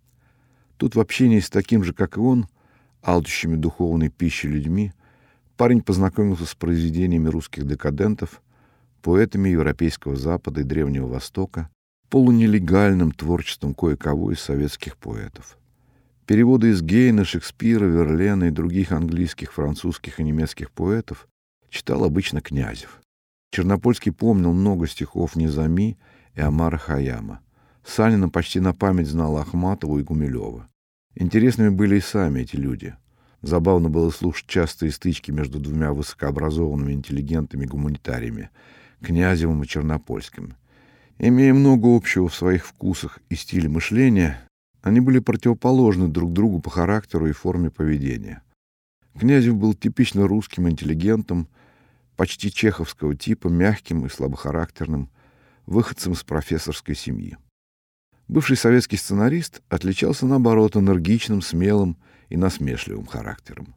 Тут в общении с таким же, как и он, алчущими духовной пищей людьми, парень познакомился с произведениями русских декадентов, поэтами Европейского Запада и Древнего Востока, полунелегальным творчеством кое-кого из советских поэтов. Переводы из Гейна, Шекспира, Верлена и других английских, французских и немецких поэтов читал обычно Князев. Чернопольский помнил много стихов Низами и Омара Хайяма. Санина почти на память знал Ахматову и Гумилева. Интересными были и сами эти люди. Забавно было слушать частые стычки между двумя высокообразованными интеллигентами-гуманитариями — Князевым и Чернопольским. Имея много общего в своих вкусах и стиле мышления, они были противоположны друг другу по характеру и форме поведения. Князев был типично русским интеллигентом, почти чеховского типа, мягким и слабохарактерным, выходцем из профессорской семьи. Бывший советский сценарист отличался, наоборот, энергичным, смелым и насмешливым характером.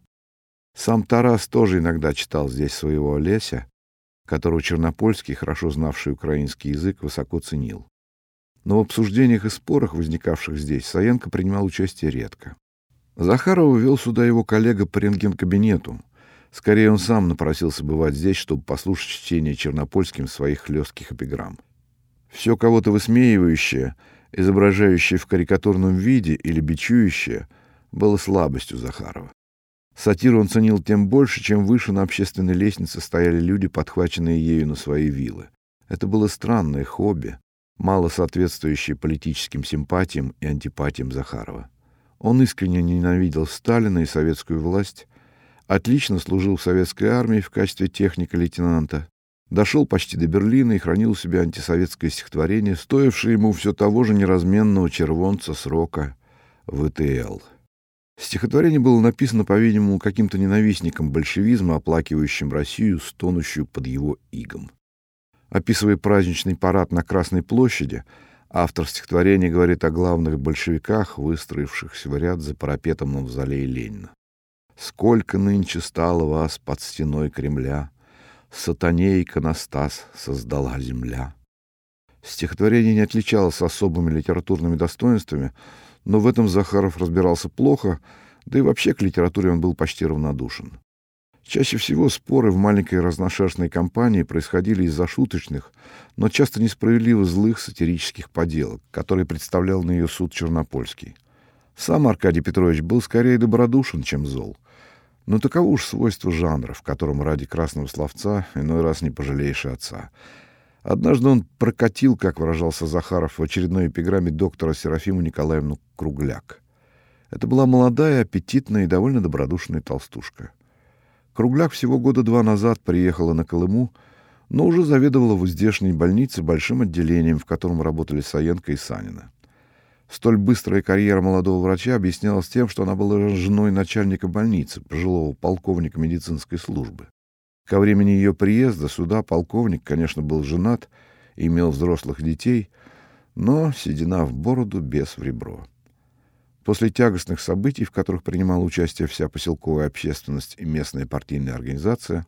Сам Тарас тоже иногда читал здесь своего Олеся, которого Чернопольский, хорошо знавший украинский язык, высоко ценил. Но в обсуждениях и спорах, возникавших здесь, Саенко принимал участие редко. Захарова вел сюда его коллега по рентген-кабинету. Скорее, он сам напросился бывать здесь, чтобы послушать чтение Чернопольским своих хлестких эпиграмм. Все кого-то высмеивающее, изображающее в карикатурном виде или бичующее, было слабостью Захарова. Сатиру он ценил тем больше, чем выше на общественной лестнице стояли люди, подхваченные ею на свои вилы. Это было странное хобби, мало соответствующее политическим симпатиям и антипатиям Захарова. Он искренне ненавидел Сталина и советскую власть, отлично служил в советской армии в качестве техника-лейтенанта, дошел почти до Берлина и хранил у себя антисоветское стихотворение, стоившее ему все того же неразменного червонца срока ВТЛ. Стихотворение было написано, по-видимому, каким-то ненавистником большевизма, оплакивающим Россию, стонущую под его игом. Описывая праздничный парад на Красной площади, автор стихотворения говорит о главных большевиках, выстроившихся в ряд за парапетом мавзолея Ленина. «Сколько нынче стало вас под стеной Кремля, сатане иконостас создала земля». Стихотворение не отличалось особыми литературными достоинствами, но в этом Захаров разбирался плохо, да и вообще к литературе он был почти равнодушен. Чаще всего споры в маленькой разношерстной компании происходили из-за шуточных, но часто несправедливо злых сатирических поделок, которые представлял на ее суд Чернопольский. Сам Аркадий Петрович был скорее добродушен, чем зол. Но таково уж свойство жанра, в котором ради красного словца иной раз не пожалеешь и отца. Однажды он прокатил, как выражался Захаров, в очередной эпиграмме доктора Серафиму Николаевну Кругляк. Это была молодая, аппетитная и довольно добродушная толстушка. Кругляк всего года 2 назад приехала на Колыму, но уже заведовала в здешней больнице большим отделением, в котором работали Саенко и Санина. Столь быстрая карьера молодого врача объяснялась тем, что она была женой начальника больницы, пожилого полковника медицинской службы. Ко времени ее приезда сюда полковник, конечно, был женат и имел взрослых детей, но седина в бороду, бес в ребро. После тягостных событий, в которых принимала участие вся поселковая общественность и местная партийная организация,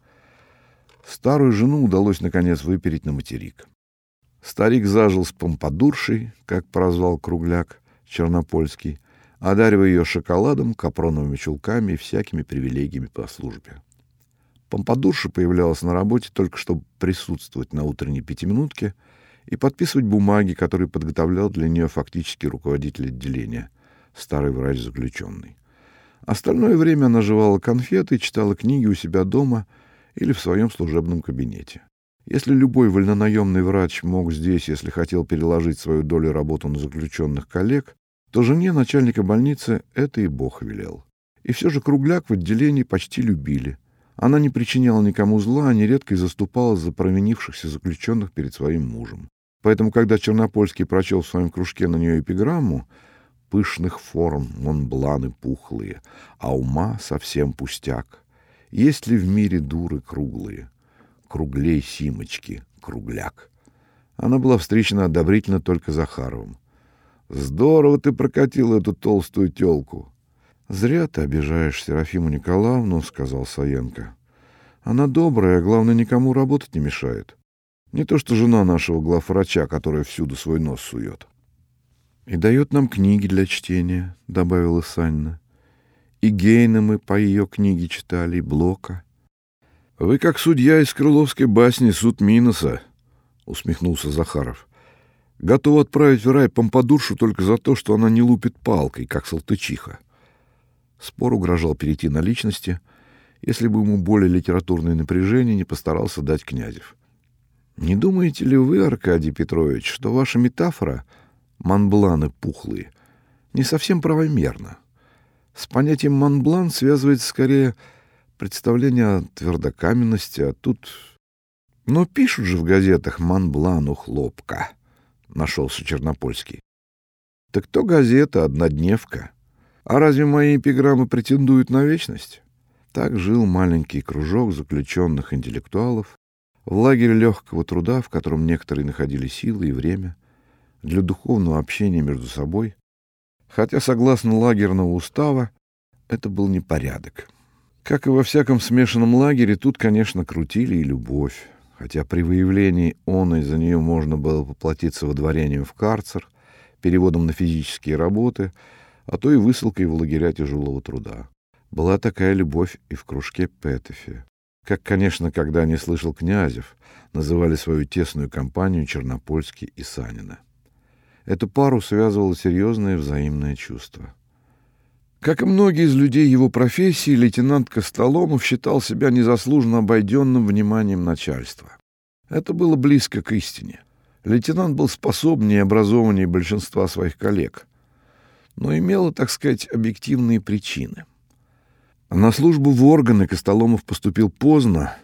старую жену удалось, наконец, выпереть на материк. Старик зажил с помпадуршей, как прозвал Кругляк Чернопольский, одаривая ее шоколадом, капроновыми чулками и всякими привилегиями по службе. Помпадурша появлялась на работе только чтобы присутствовать на утренней пятиминутке и подписывать бумаги, которые подготовлял для нее фактически руководитель отделения, старый врач-заключенный. Остальное время она жевала конфеты и читала книги у себя дома или в своем служебном кабинете. Если любой вольнонаемный врач мог здесь, если хотел, переложить свою долю работы на заключенных коллег, то жене начальника больницы это и Бог велел. И все же Кругляк в отделении почти любили. Она не причиняла никому зла, а нередко и заступалась за провинившихся заключенных перед своим мужем. Поэтому, когда Чернопольский прочел в своем кружке на нее эпиграмму, пышных форм монбланы пухлые, а ума совсем пустяк. Есть ли в мире дуры круглые? Круглей Симочки, кругляк. Она была встречена одобрительно только Захаровым. «Здорово ты прокатил эту толстую тёлку». «Зря ты обижаешь Серафиму Николаевну», — сказал Саенко. «Она добрая, а главное, никому работать не мешает. Не то что жена нашего главврача, которая всюду свой нос сует». «И дает нам книги для чтения», — добавила Санина. «И Гейна мы по ее книге читали, и Блока». «Вы как судья из крыловской басни «Суд Миноса», — усмехнулся Захаров. «Готов отправить в рай Помпадуршу только за то, что она не лупит палкой, как Салтычиха». Спор угрожал перейти на личности, если бы ему более литературное напряжение не постарался дать Князев. «Не думаете ли вы, Аркадий Петрович, что ваша метафора «монбланы пухлые» не совсем правомерна? С понятием «монблан» связывается скорее представление о твердокаменности, а тут... Но пишут же в газетах «Монблану хлопка», — нашелся Чернопольский. «Так то газета, однодневка. А разве мои эпиграммы претендуют на вечность?» Так жил маленький кружок заключенных интеллектуалов в лагере легкого труда, в котором некоторые находили силы и время для духовного общения между собой, хотя, согласно лагерного устава, это был непорядок. Как и во всяком смешанном лагере, тут, конечно, крутили и любовь, хотя при выявлении оной за нее можно было поплатиться выдворением в карцер, переводом на физические работы, а то и высылкой в лагеря тяжелого труда. Была такая любовь и в кружке Петефи. Как, конечно, когда не слышал Князев, называли свою тесную компанию Чернопольский и Санина. Эту пару связывало серьезное взаимное чувство. Как и многие из людей его профессии, лейтенант Костоломов считал себя незаслуженно обойденным вниманием начальства. Это было близко к истине. Лейтенант был способнее и образованнее большинства своих коллег, но имело, так сказать, объективные причины. На службу в органы Костоломов поступил поздно,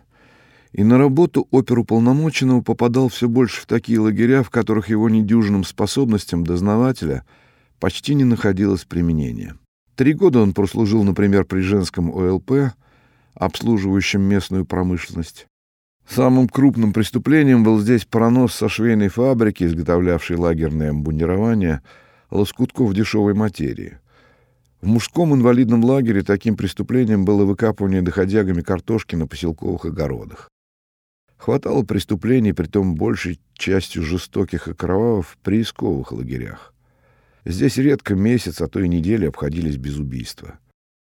и на работу оперуполномоченного попадал все больше в такие лагеря, в которых его недюжинным способностям дознавателя почти не находилось применения. 3 года он прослужил, например, при женском ОЛП, обслуживающем местную промышленность. Самым крупным преступлением был здесь пронос со швейной фабрики, изготовлявшей лагерное обмундирование, лоскутков дешевой материи. В мужском инвалидном лагере таким преступлением было выкапывание доходягами картошки на поселковых огородах. Хватало преступлений, притом большей частью жестоких и кровавых, в приисковых лагерях. Здесь редко месяц, а то и недели обходились без убийства.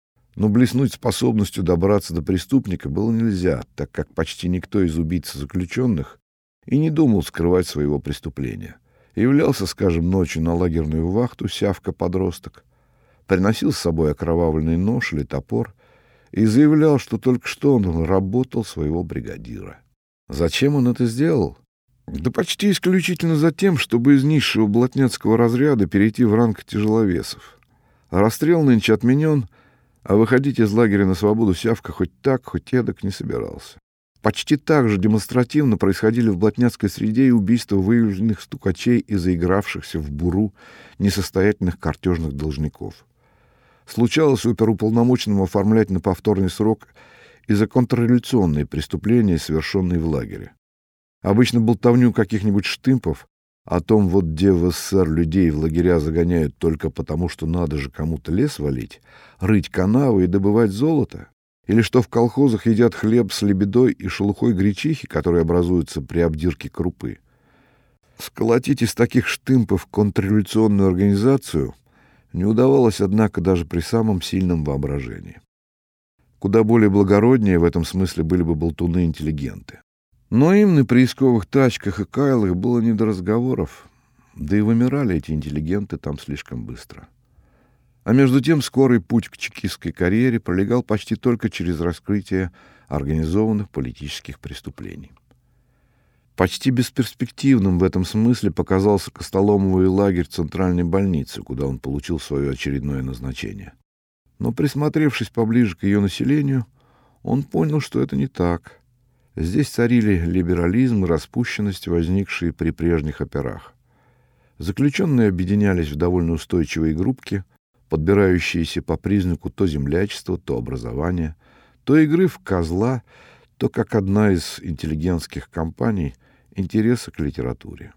Но блеснуть способностью добраться до преступника было нельзя, так как почти никто из убийц заключенных и не думал скрывать своего преступления. Являлся, скажем, ночью на лагерную вахту сявка-подросток, приносил с собой окровавленный нож или топор и заявлял, что только что он работал своего бригадира. Зачем он это сделал? Да почти исключительно за тем, чтобы из низшего блатняцкого разряда перейти в ранг тяжеловесов. Расстрел нынче отменен, а выходить из лагеря на свободу сявка хоть так, хоть эдак не собирался. Почти так же демонстративно происходили в блатняцкой среде и убийства выявленных стукачей и заигравшихся в буру несостоятельных картежных должников. Случалось оперуполномоченному оформлять на повторный срок и за контрреволюционные преступления, совершенные в лагере. Обычно болтовню каких-нибудь штымпов о том, вот где в СССР людей в лагеря загоняют только потому, что надо же кому-то лес валить, рыть канавы и добывать золото, или что в колхозах едят хлеб с лебедой и шелухой гречихи, которые образуются при обдирке крупы. Сколотить из таких штымпов контрреволюционную организацию не удавалось, однако, даже при самом сильном воображении. Куда более благороднее в этом смысле были бы болтуны-интеллигенты. Но им на приисковых тачках и кайлах было не до разговоров, да и вымирали эти интеллигенты там слишком быстро. А между тем скорый путь к чекистской карьере пролегал почти только через раскрытие организованных политических преступлений. Почти бесперспективным в этом смысле показался Костоломовый лагерь центральной больницы, куда он получил свое очередное назначение. Но, присмотревшись поближе к ее населению, он понял, что это не так. Здесь царили либерализм и распущенность, возникшие при прежних операх. Заключенные объединялись в довольно устойчивые группки, подбирающиеся по признаку то землячества, то образования, то игры в козла, то, как одна из интеллигентских компаний, интереса к литературе.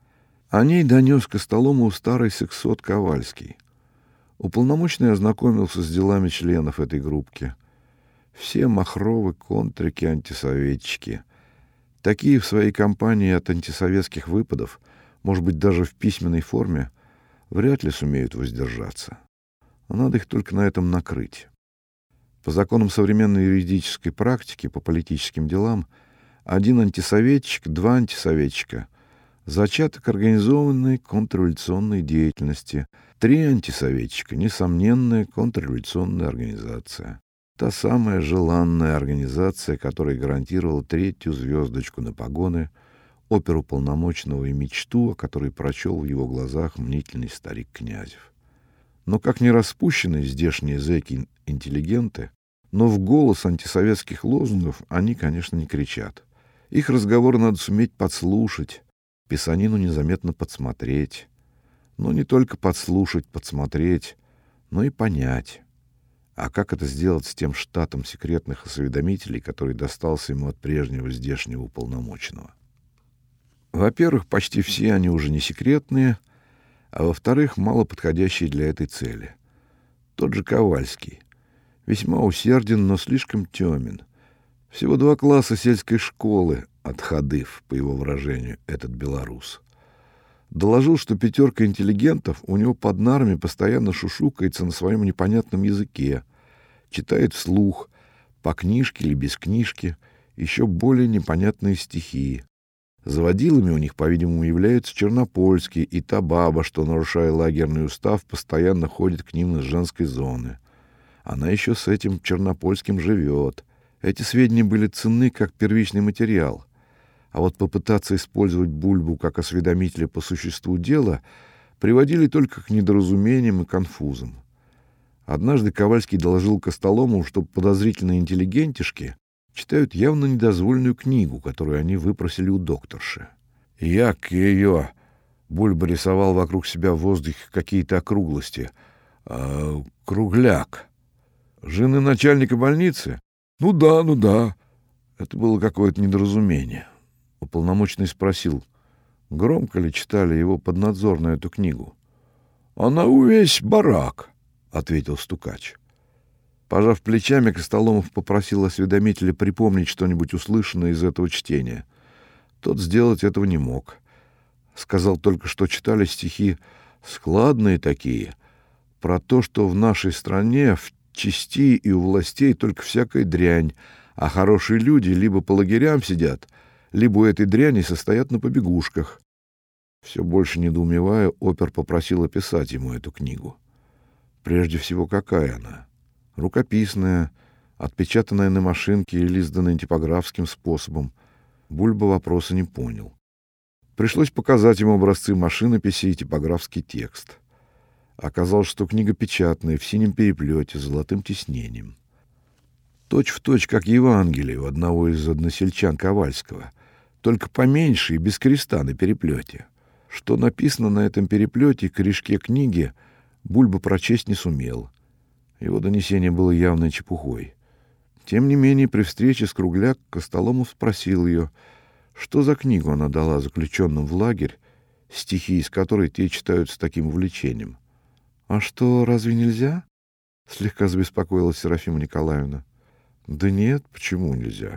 О ней донес Костоломову старый сексот Ковальский. Уполномоченный ознакомился с делами членов этой группки. Все махровы, контрики, антисоветчики. Такие в своей кампании от антисоветских выпадов, может быть, даже в письменной форме, вряд ли сумеют воздержаться. Надо их только на этом накрыть. По законам современной юридической практики по политическим делам один антисоветчик, два антисоветчика — зачаток организованной контрреволюционной деятельности, три антисоветчика — несомненная контрреволюционная организация. Та самая желанная организация, которая гарантировала третью звездочку на погоны оперуполномоченного и мечту, о которой прочел в его глазах мнительный старик Князев. Но как не распущенные здешние зэки-интеллигенты, но в голос антисоветских лозунгов они, конечно, не кричат. Их разговоры надо суметь подслушать, писанину незаметно подсмотреть. Но не только подслушать, подсмотреть, но и понять. А как это сделать с тем штатом секретных осведомителей, который достался ему от прежнего здешнего уполномоченного? Во-первых, почти все они уже не секретные, а во-вторых, мало подходящие для этой цели. Тот же Ковальский. Весьма усерден, но слишком темен. Всего 2 класса сельской школы отходыв, по его выражению, этот белорус. Доложил, что 5 интеллигентов у него под нарами постоянно шушукается на своем непонятном языке, читает вслух, по книжке или без книжки, еще более непонятные стихи. Заводилами у них, по-видимому, являются Чернопольский и та баба, что, нарушая лагерный устав, постоянно ходит к ним из женской зоны. Она еще с этим Чернопольским живет. Эти сведения были ценны как первичный материал. А вот попытаться использовать Бульбу как осведомителя по существу дела приводили только к недоразумениям и конфузам. Однажды Ковальский доложил Костоломову, что подозрительные интеллигентишки читают явно недозволенную книгу, которую они выпросили у докторши. Як ее! Бульба рисовал вокруг себя в воздухе какие-то округлости. Кругляк. Жены начальника больницы? Ну да. Это было какое-то недоразумение. Уполномоченный спросил, громко ли читали его поднадзорную эту книгу. «Она увесь барак», — ответил стукач. Пожав плечами, Костоломов попросил осведомителя припомнить что-нибудь услышанное из этого чтения. Тот сделать этого не мог. Сказал только, что читали стихи складные такие, про то, что в нашей стране в части и у властей только всякая дрянь, а хорошие люди либо по лагерям сидят, либо у этой дряни состоят на побегушках. Все больше недоумевая, опер попросил описать ему эту книгу. Прежде всего, какая она? Рукописная, отпечатанная на машинке или изданная типографским способом. Бульба вопроса не понял. Пришлось показать ему образцы машинописи и типографский текст. Оказалось, что книга печатная, в синем переплете, с золотым тиснением. Точь-в-точь, как Евангелие у одного из односельчан Ковальского, только поменьше и без креста на переплете. Что написано на этом переплете, корешке книги, Бульба прочесть не сумел. Его донесение было явной чепухой. Тем не менее, при встрече с Кругляк Костоломов спросил ее, что за книгу она дала заключенным в лагерь, стихи из которой те читают с таким увлечением. «А что, разве нельзя?» — слегка забеспокоилась Серафима Николаевна. «Да нет, почему нельзя?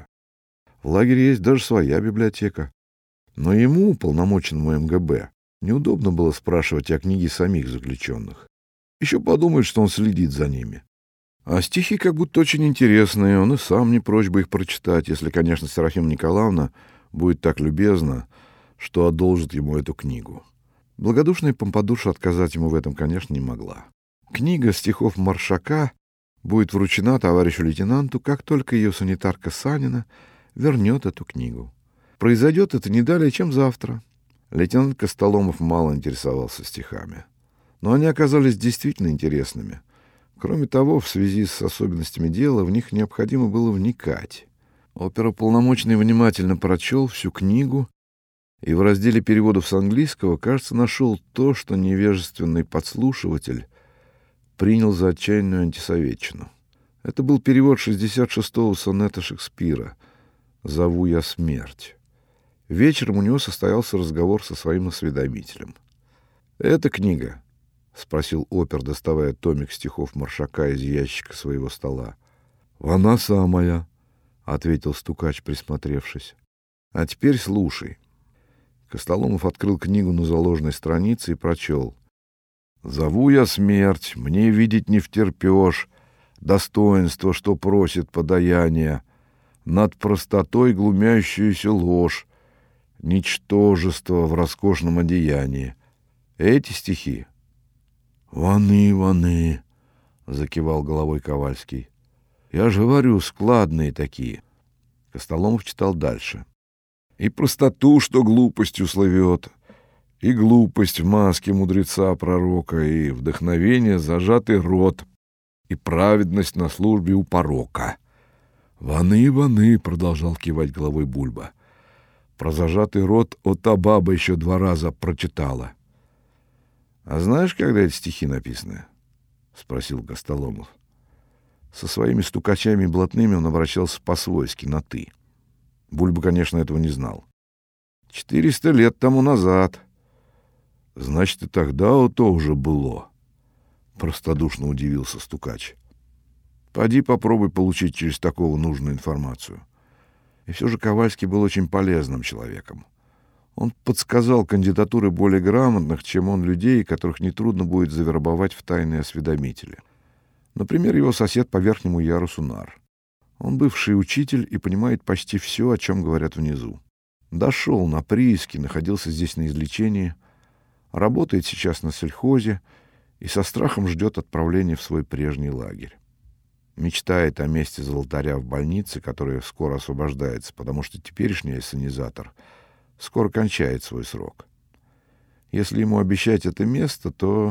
В лагере есть даже своя библиотека. Но ему, уполномоченному МГБ, неудобно было спрашивать о книге самих заключенных. Еще подумает, что он следит за ними. А стихи как будто очень интересные, он и сам не прочь бы их прочитать, если, конечно, Серафима Николаевна будет так любезна, что одолжит ему эту книгу». Благодушная Помпадуша отказать ему в этом, конечно, не могла. Книга стихов Маршака будет вручена товарищу лейтенанту, как только ее санитарка Санина вернет эту книгу. Произойдет это не далее, чем завтра. Лейтенант Костоломов мало интересовался стихами, но они оказались действительно интересными. Кроме того, в связи с особенностями дела, в них необходимо было вникать. Оперуполномоченный внимательно прочел всю книгу и в разделе переводов с английского, кажется, нашел то, что невежественный подслушиватель принял за отчаянную антисоветчину. Это был перевод 66-го сонета Шекспира «Зову я смерть». Вечером у него состоялся разговор со своим осведомителем. «Эта книга?» — спросил опер, доставая томик стихов Маршака из ящика своего стола. «Она самая», — ответил стукач, присмотревшись. «А теперь слушай». Костоломов открыл книгу на заложенной странице и прочел. «Зову я смерть, мне видеть не втерпешь, достоинство, что просит подаяние, над простотой глумящуюся ложь, ничтожество в роскошном одеянии». Эти стихи. «Ваны, — закивал головой Ковальский. — Я же говорю, складные такие». Костоломов читал дальше. «И простоту, что глупостью слывет, и глупость в маске мудреца-пророка, и вдохновение зажатый рот, и праведность на службе у порока». «Ваны, — продолжал кивать головой Бульба. — Про зажатый рот та баба еще 2 раза прочитала». «А знаешь, когда эти стихи написаны?» — спросил Костоломов. Со своими стукачами и блатными он обращался по-свойски, на «ты». Бульба, конечно, этого не знал. 400 лет тому назад. «Значит, и тогда то уже было», — простодушно удивился стукач. «Поди попробуй получить через такого нужную информацию». И все же Ковальский был очень полезным человеком. Он подсказал кандидатуры более грамотных, чем он, людей, которых нетрудно будет завербовать в тайные осведомители. Например, его сосед по верхнему ярусу нар. Он бывший учитель и понимает почти все, о чем говорят внизу. Дошел на прииски, находился здесь на излечении, работает сейчас на сельхозе и со страхом ждет отправления в свой прежний лагерь. Мечтает о месте золотаря в больнице, которая скоро освобождается, потому что теперешний ассенизатор скоро кончает свой срок. Если ему обещать это место, то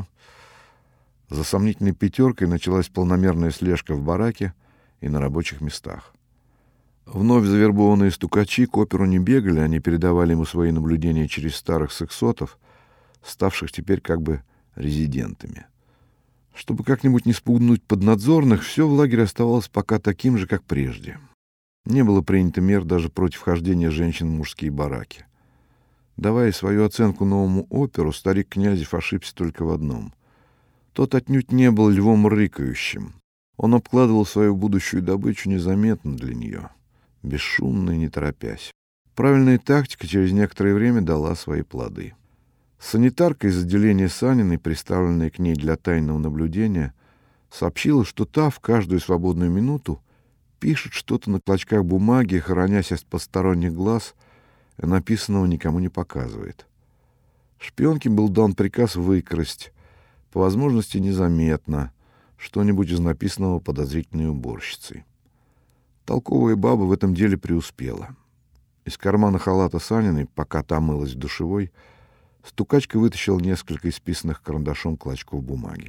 за сомнительной 5 началась полномерная слежка в бараке и на рабочих местах. Вновь завербованные стукачи к оперу не бегали, они передавали ему свои наблюдения через старых сексотов, ставших теперь как бы резидентами. Чтобы как-нибудь не спугнуть поднадзорных, все в лагере оставалось пока таким же, как прежде. Не было принято мер даже против вхождения женщин в мужские бараки. Давая свою оценку новому оперу, старик Князев ошибся только в одном. Тот отнюдь не был львом рыкающим. Он обкладывал свою будущую добычу незаметно для нее, бесшумно и не торопясь. Правильная тактика через некоторое время дала свои плоды. Санитарка из отделения Саниной, приставленная к ней для тайного наблюдения, сообщила, что та в каждую свободную минуту пишет что-то на клочках бумаги, хоронясь от посторонних глаз, и написанного никому не показывает. Шпионке был дан приказ выкрасть, по возможности незаметно, что-нибудь из написанного подозрительной уборщицей. Толковая баба в этом деле преуспела. Из кармана халата Саниной, пока та мылась в душевой, стукачка вытащил несколько исписанных карандашом клочков бумаги.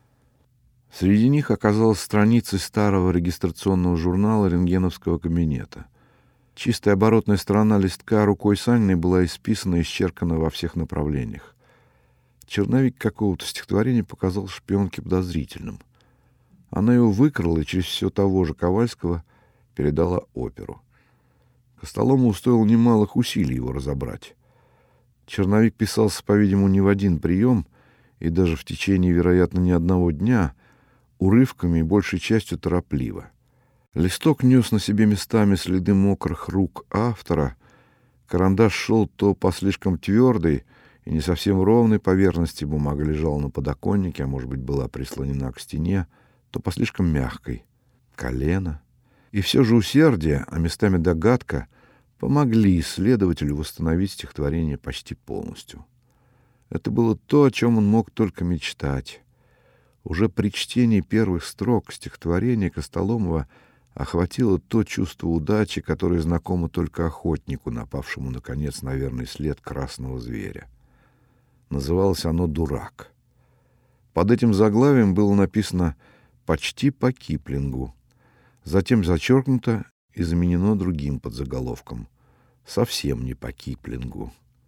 Среди них оказалась страница старого регистрационного журнала рентгеновского кабинета. Чистая оборотная сторона листка рукой Саниной была исписана и исчеркана во всех направлениях. Черновик какого-то стихотворения показался шпионке подозрительным. Она его выкрала и через все того же Ковальского передала оперу. Костоломову стоило немалых усилий его разобрать. Черновик писался, по-видимому, не в один прием, и даже в течение, вероятно, не одного дня, урывками и большей частью торопливо. Листок нес на себе местами следы мокрых рук автора, карандаш шел то по слишком твердой и не совсем ровной поверхности, бумага лежала на подоконнике, а может быть, была прислонена к стене, то по слишком мягкой, колено. И все же усердие, а местами догадка, помогли исследователю восстановить стихотворение почти полностью. Это было то, о чем он мог только мечтать. Уже при чтении первых строк стихотворения Костоломова охватило то чувство удачи, которое знакомо только охотнику, напавшему, наконец, на верный след красного зверя. Называлось оно «Дурак». Под этим заглавием было написано «Почти по Киплингу», затем зачеркнуто и заменено другим подзаголовком «Совсем не по Киплингу».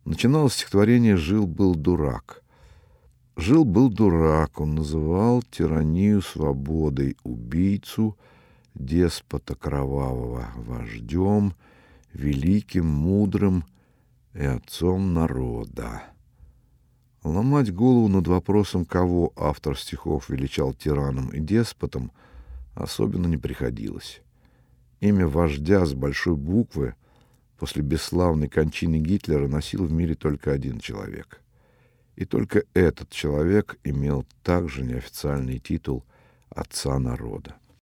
Начиналось стихотворение «Жил-был дурак». Жил-был дурак, он называл тиранию свободой убийцу, деспота кровавого вождем, великим, мудрым и отцом народа. Ломать голову над вопросом, кого автор стихов величал тираном и деспотом, особенно не приходилось. Имя вождя с большой буквы после бесславной кончины Гитлера носил в мире только один человек. И только этот человек имел также неофициальный титул «Отца народа».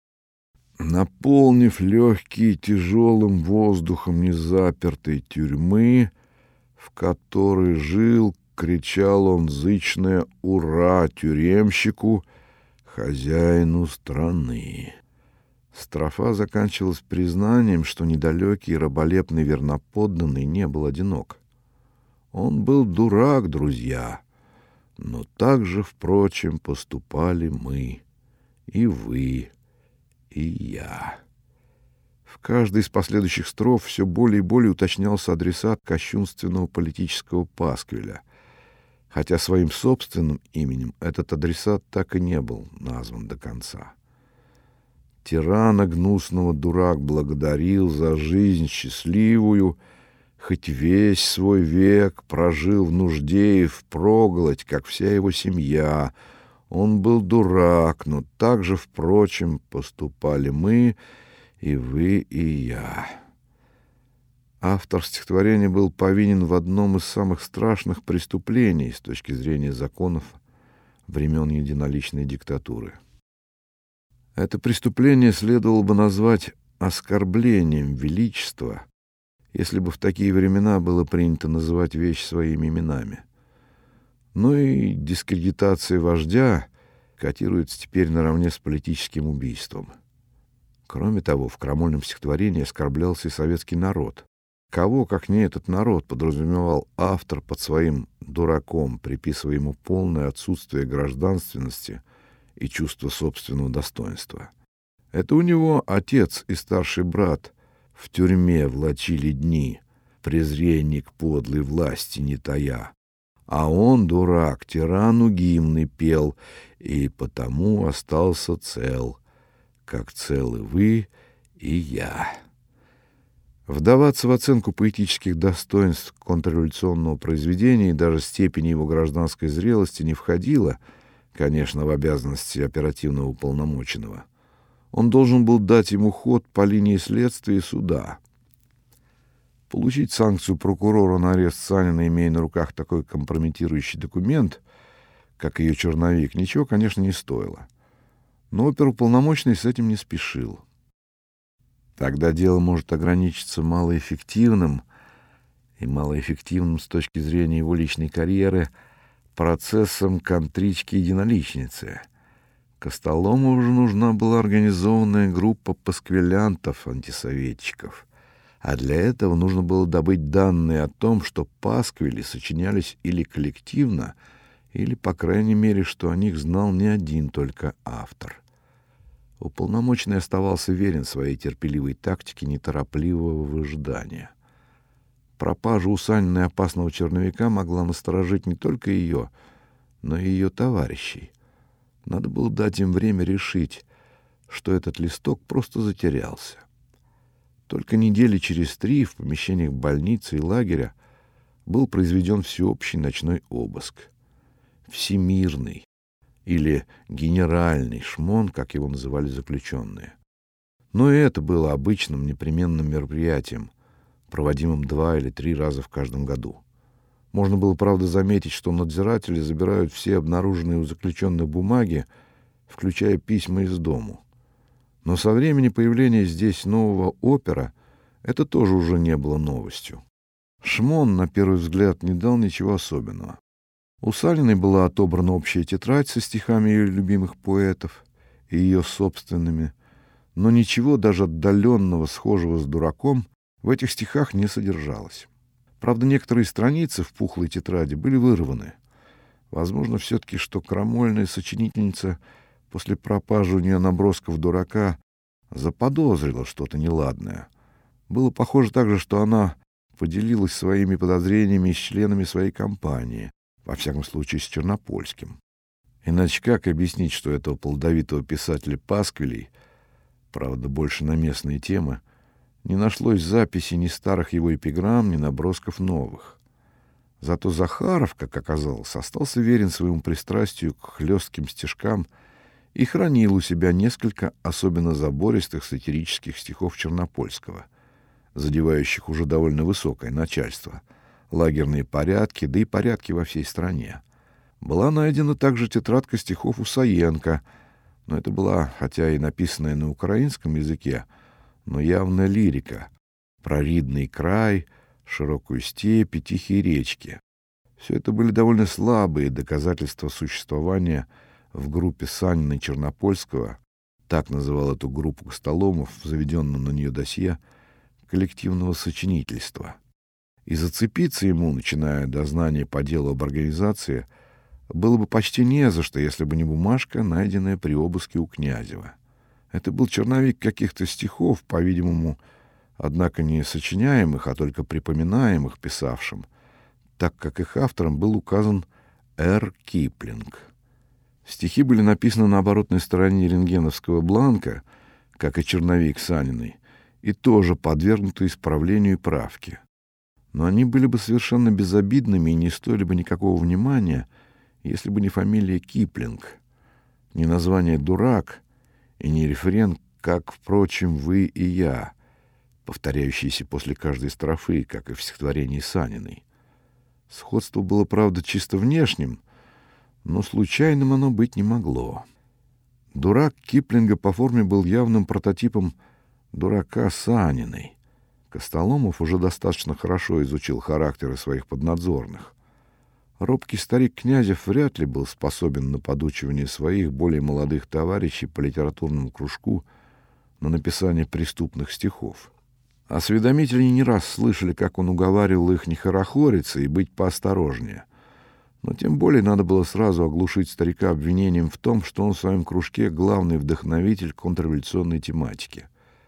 Наполнив легкие тяжелым воздухом незапертой тюрьмы, в которой жил, кричал он зычное «Ура!» тюремщику, хозяину страны. Строфа заканчивалась признанием, что недалекий раболепный верноподданный не был одинок. Он был дурак, друзья, но так же, впрочем, поступали мы, и вы, и я. В каждой из последующих строф все более и более уточнялся адресат кощунственного политического пасквиля, хотя своим собственным именем этот адресат так и не был назван до конца. Тирана гнусного дурак благодарил за жизнь счастливую, хоть весь свой век прожил в нужде и впроголодь, как вся его семья. Он был дурак, но так же, впрочем, поступали мы, и вы, и я. Автор стихотворения был повинен в одном из самых страшных преступлений с точки зрения законов времен единоличной диктатуры. Это преступление следовало бы назвать оскорблением величества, если бы в такие времена было принято называть вещи своими именами. Ну и дискредитация вождя котируется теперь наравне с политическим убийством. Кроме того, в крамольном стихотворении оскорблялся и советский народ. Кого, как не этот народ, подразумевал автор под своим дураком, приписывая ему полное отсутствие гражданственности и чувство собственного достоинства? Это у него отец и старший брат в тюрьме влачили дни, презренник подлой власти не тая. А он, дурак, тирану гимны пел, и потому остался цел, как целы вы и я. Вдаваться в оценку поэтических достоинств контрреволюционного произведения и даже степени его гражданской зрелости не входило, конечно, в обязанности оперативного уполномоченного. Он должен был дать ему ход по линии следствия и суда. Получить санкцию прокурора на арест Санина, имея на руках такой компрометирующий документ, как ее черновик, ничего, конечно, не стоило. Но оперуполномоченный с этим не спешил. Тогда дело может ограничиться малоэффективным, и малоэффективным с точки зрения его личной карьеры, процессом контрички-единоличницы. Костолому уже нужна была организованная группа пасквилянтов, антисоветчиков. А для этого нужно было добыть данные о том, что пасквили сочинялись или коллективно, или, по крайней мере, что о них знал не один только автор. Уполномоченный оставался верен своей терпеливой тактике неторопливого выжидания. Пропажа у Санина и опасного черновика могла насторожить не только ее, но и ее товарищей. Надо было дать им время решить, что этот листок просто затерялся. Только недели через 3 в помещениях больницы и лагеря был произведен всеобщий ночной обыск. Всемирный или генеральный шмон, как его называли заключенные. Но и это было обычным непременным мероприятием, проводимым 2 или 3 раза в каждом году. Можно было, правда, заметить, что надзиратели забирают все обнаруженные у заключенных бумаги, включая письма из дому. Но со времени появления здесь нового опера это тоже уже не было новостью. Шмон, на первый взгляд, не дал ничего особенного. У Салиной была отобрана общая тетрадь со стихами ее любимых поэтов и ее собственными, но ничего даже отдаленного, схожего с дураком, в этих стихах не содержалось. Правда, некоторые страницы в пухлой тетради были вырваны. Возможно, все-таки, что крамольная сочинительница после пропажи у нее набросков дурака заподозрила что-то неладное. Было похоже также, что она поделилась своими подозрениями с членами своей компании, во всяком случае с Чернопольским. Иначе как объяснить, что этого плодовитого писателя пасквилей, правда, больше на местные темы, не нашлось записи ни старых его эпиграмм, ни набросков новых. Зато Захаров, как оказалось, остался верен своему пристрастию к хлестким стишкам и хранил у себя несколько особенно забористых сатирических стихов Чернопольского, задевающих уже довольно высокое начальство, лагерные порядки, да и порядки во всей стране. Была найдена также тетрадка стихов Усаенко, но это была, хотя и написанная на украинском языке, но явно лирика про ридный край, широкую степь и тихие речки. Все это были довольно слабые доказательства существования в группе Санина и Чернопольского, так называл эту группу Костоломов в заведенном на нее досье, коллективного сочинительства. И зацепиться ему, начиная дознание по делу об организации, было бы почти не за что, если бы не бумажка, найденная при обыске у Князева. Это был черновик каких-то стихов, по-видимому, однако не сочиняемых, а только припоминаемых писавшим, так как их автором был указан Р. Киплинг. Стихи были написаны на оборотной стороне рентгеновского бланка, как и черновик Саниной, и тоже подвергнуты исправлению и правке. Но они были бы совершенно безобидными и не стоили бы никакого внимания, если бы не фамилия Киплинг, не название «Дурак» и не рефрен «Как, впрочем, вы и я», повторяющийся после каждой строфы, как и в стихотворении Саниной. Сходство было, правда, чисто внешним, но случайным оно быть не могло. «Дурак» Киплинга по форме был явным прототипом «Дурака» Саниной. Костоломов уже достаточно хорошо изучил характеры своих поднадзорных. Робкий старик Князев вряд ли был способен на подучивание своих более молодых товарищей по литературному кружку на написание преступных стихов. Осведомители не раз слышали, как он уговаривал их не хорохориться и быть поосторожнее. Но тем более надо было сразу оглушить старика обвинением в том, что он в своем кружке главный вдохновитель контрреволюционной тематики.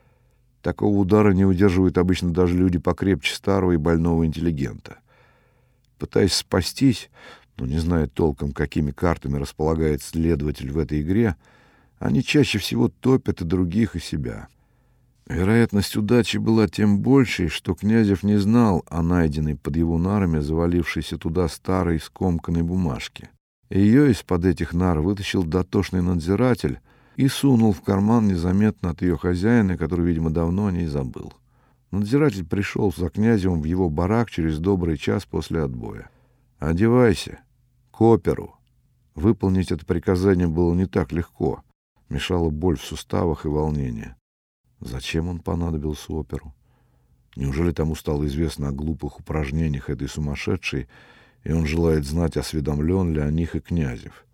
Такого удара не удерживают обычно даже люди покрепче старого и больного интеллигента. Пытаясь спастись, но не зная толком, какими картами располагает следователь в этой игре, они чаще всего топят и других, и себя. Вероятность удачи была тем большей, что Князев не знал о найденной под его нарами завалившейся туда старой скомканной бумажке. Ее из-под этих нар вытащил дотошный надзиратель и сунул в карман незаметно от ее хозяина, который, видимо, давно о ней забыл. Надзиратель пришел за Князевым в его барак через добрый час после отбоя. «Одевайся, к оперу». Выполнить это приказание было не так легко. Мешала боль в суставах и волнение. Зачем он понадобился оперу? Неужели тому стало известно о глупых упражнениях этой сумасшедшей, и он желает знать, осведомлен ли о них и Князев?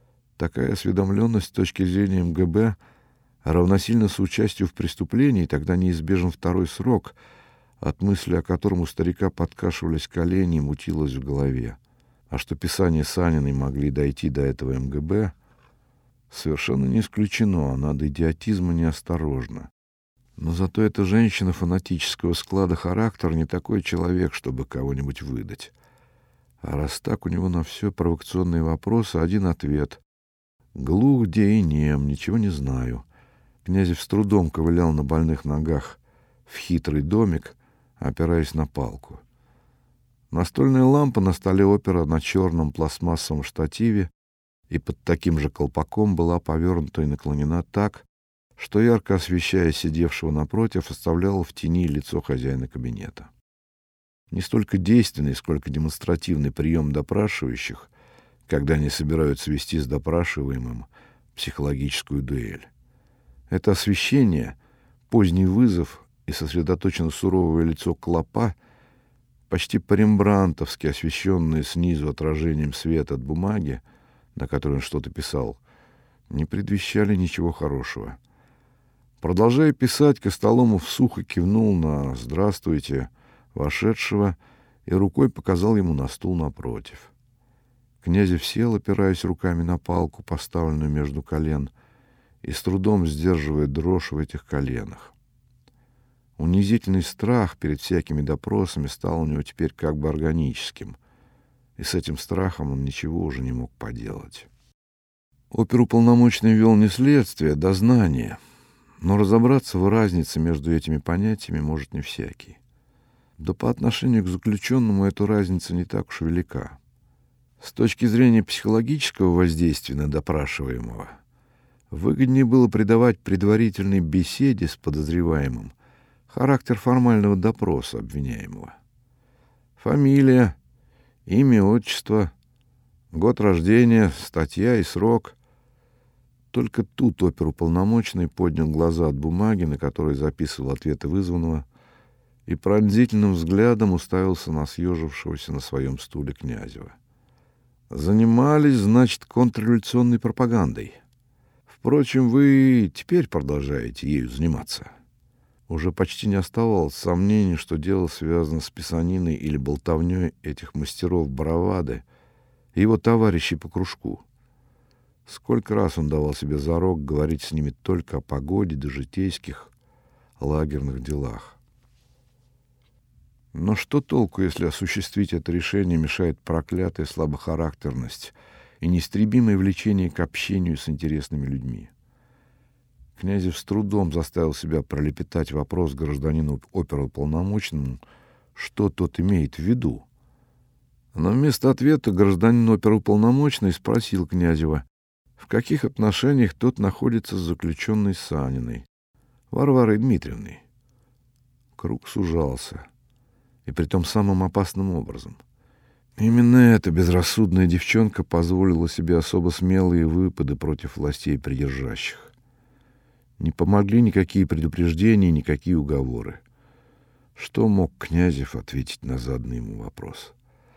Такая осведомленность с точки зрения МГБ равносильно соучастию в преступлении, и тогда неизбежен второй срок, от мысли о котором у старика подкашивались колени и мутилось в голове. А что писания Саниной могли дойти до этого МГБ, совершенно не исключено, а над идиотизма неосторожно. Но зато эта женщина фанатического склада характера не такой человек, чтобы кого-нибудь выдать. А раз так, у него на все провокационные вопросы один ответ. Глух, где и нем, ничего не знаю. Князев с трудом ковылял на больных ногах в хитрый домик, опираясь на палку. Настольная лампа на столе опера на черном пластмассовом штативе и под таким же колпаком была повернута и наклонена так, что, ярко освещая сидевшего напротив, оставляла в тени лицо хозяина кабинета. Не столько действенный, сколько демонстративный прием допрашивающих, когда они собираются вести с допрашиваемым психологическую дуэль. Это освещение, поздний вызов и сосредоточенно суровое лицо клопа, почти по-рембрандтовски освещенное снизу отражением света от бумаги, на которой он что-то писал, не предвещали ничего хорошего. Продолжая писать, Костоломов сухо кивнул на «здравствуйте» вошедшего и рукой показал ему на стул напротив. Князев сел, опираясь руками на палку, поставленную между колен, и с трудом сдерживая дрожь в этих коленах. Унизительный страх перед всякими допросами стал у него теперь как бы органическим, и с этим страхом он ничего уже не мог поделать. Оперуполномоченный вел не следствие, а дознание, но разобраться в разнице между этими понятиями может не всякий. Да по отношению к заключенному эта разница не так уж велика. С точки зрения психологического воздействия на допрашиваемого, выгоднее было придавать предварительной беседе с подозреваемым характер формального допроса обвиняемого. Фамилия, имя, отчество, год рождения, статья и срок. Только тут оперуполномоченный поднял глаза от бумаги, на которой записывал ответы вызванного, и пронзительным взглядом уставился на съежившегося на своем стуле Князева. Занимались, значит, контрреволюционной пропагандой. Впрочем, вы теперь продолжаете ею заниматься. Уже почти не оставалось сомнений, что дело связано с писаниной или болтовней этих мастеров бравады и его товарищей по кружку. Сколько раз он давал себе зарок говорить с ними только о погоде да житейских лагерных делах. Но что толку, если осуществить это решение мешает проклятая слабохарактерность и неистребимое влечение к общению с интересными людьми? Князев с трудом заставил себя пролепетать вопрос гражданину оперуполномоченному, что тот имеет в виду. Но вместо ответа гражданин оперуполномоченный спросил Князева, в каких отношениях тот находится с заключенной Саниной, Варварой Дмитриевной. Круг сужался, и притом самым опасным образом. Именно эта безрассудная девчонка позволила себе особо смелые выпады против властей придержащих. Не помогли никакие предупреждения, никакие уговоры. Что мог Князев ответить на заданный ему вопрос?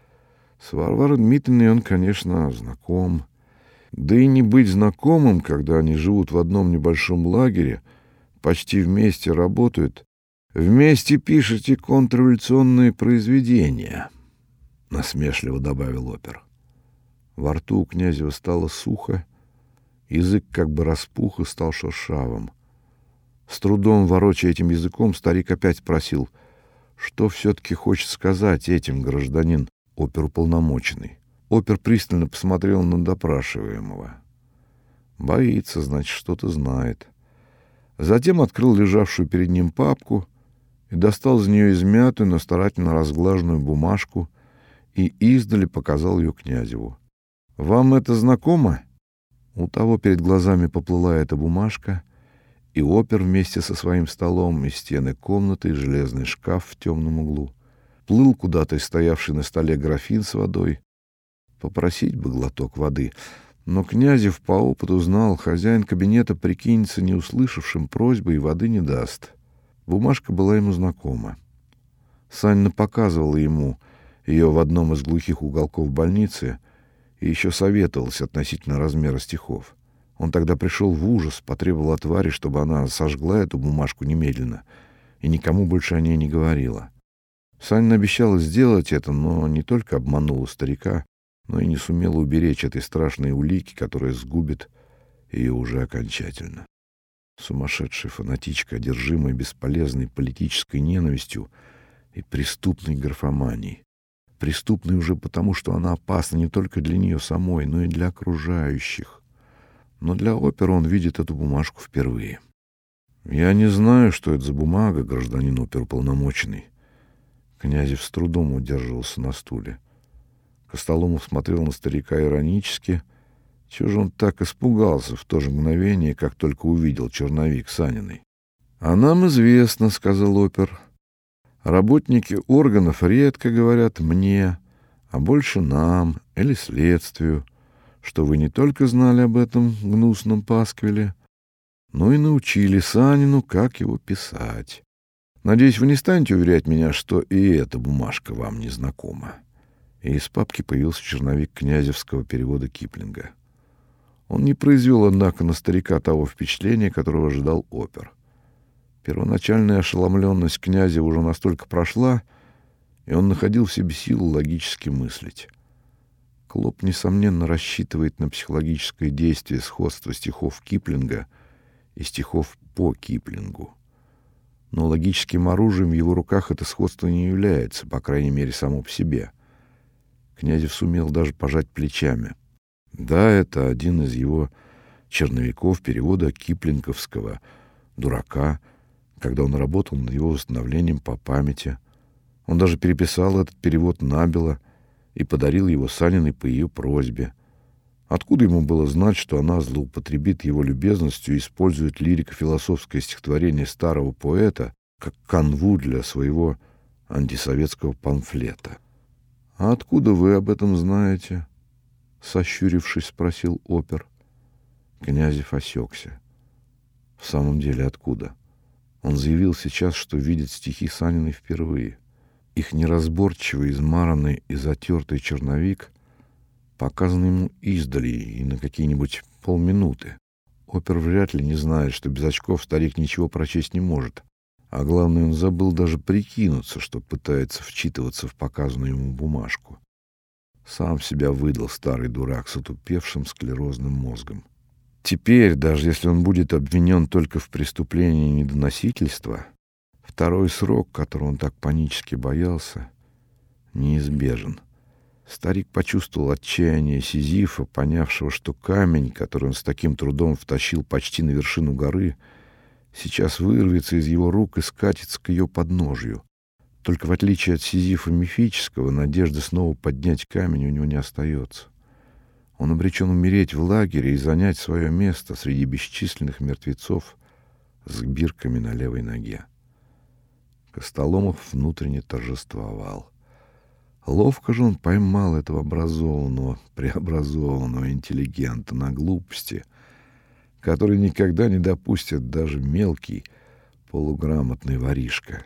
С Варварой Дмитриевной он, конечно, знаком. Да и не быть знакомым, когда они живут в одном небольшом лагере, почти вместе работают, вместе пишете контрреволюционные произведения, — насмешливо добавил опер. Во рту у Князева стало сухо, язык как бы распух и стал шершавым. С трудом ворочая этим языком, старик опять спросил, что все-таки хочет сказать этим гражданин оперуполномоченный. Опер пристально посмотрел на допрашиваемого. Боится, значит, что-то знает. Затем открыл лежавшую перед ним папку и достал из нее измятую, но старательно разглаженную бумажку и издали показал ее Князеву. «Вам это знакомо?» У того перед глазами поплыла эта бумажка, и опер вместе со своим столом и стены комнаты, и железный шкаф в темном углу. Плыл куда-то стоявший на столе графин с водой. Попросить бы глоток воды, но Князев по опыту знал, хозяин кабинета прикинется неуслышавшим просьбы и воды не даст. Бумажка была ему знакома. Санна показывала ему ее в одном из глухих уголков больницы и еще советовалась относительно размера стихов. Он тогда пришел в ужас, потребовал от Вари, чтобы она сожгла эту бумажку немедленно и никому больше о ней не говорила. Санна обещала сделать это, но не только обманула старика, но и не сумела уберечь этой страшной улики, которая сгубит ее уже окончательно. Сумасшедшая фанатичка, одержимая бесполезной политической ненавистью и преступной графоманией. Преступной уже потому, что она опасна не только для нее самой, но и для окружающих. Но для опера он видит эту бумажку впервые. «Я не знаю, что это за бумага, гражданин оперуполномоченный». Князев с трудом удерживался на стуле. Костоломов смотрел на старика иронически. Чего же он так испугался в то же мгновение, как только увидел черновик Саниной? «А нам известно, — сказал опер, — работники органов редко говорят мне, а больше нам или следствию, что вы не только знали об этом гнусном пасквиле, но и научили Санину, как его писать. Надеюсь, вы не станете уверять меня, что и эта бумажка вам не знакома». И из папки появился черновик князевского перевода Киплинга. Он не произвел, однако, на старика того впечатления, которого ожидал опер. Первоначальная ошеломленность князя уже настолько прошла, и он находил в себе силу логически мыслить. Клоп, несомненно, рассчитывает на психологическое действие сходства стихов Киплинга и стихов по Киплингу. но логическим оружием в его руках это сходство не является, по крайней мере, само по себе. Князев сумел даже пожать плечами. Да, это один из его черновиков перевода киплинговского «Дурака», когда он работал над его восстановлением по памяти. Он даже переписал этот перевод набело и подарил его Саниной по ее просьбе. Откуда ему было знать, что она злоупотребит его любезностью и использует лирико-философское стихотворение старого поэта как канву для своего антисоветского памфлета? «А откуда вы об этом знаете?» — сощурившись, спросил опер. Князев осекся. В самом деле, откуда? Он заявил сейчас, что видит стихи Саниной впервые. Их неразборчивый, измаранный и затертый черновик показан ему издали и на какие-нибудь полминуты. Опер вряд ли не знает, что без очков старик ничего прочесть не может. А главное, он забыл даже прикинуться, что пытается вчитываться в показанную ему бумажку. Сам себя выдал старый дурак с отупевшим склерозным мозгом. Теперь, даже если он будет обвинен только в преступлении недоносительства, второй срок, которого он так панически боялся, неизбежен. Старик почувствовал отчаяние Сизифа, понявшего, что камень, который он с таким трудом втащил почти на вершину горы, сейчас вырвется из его рук и скатится к ее подножью. Только в отличие от Сизифа мифического, надежды снова поднять камень у него не остается. Он обречен умереть в лагере и занять свое место среди бесчисленных мертвецов с бирками на левой ноге. Костоломов внутренне торжествовал. Ловко же он поймал этого образованного, преобразованного интеллигента на глупости, который никогда не допустит даже мелкий, полуграмотный воришка.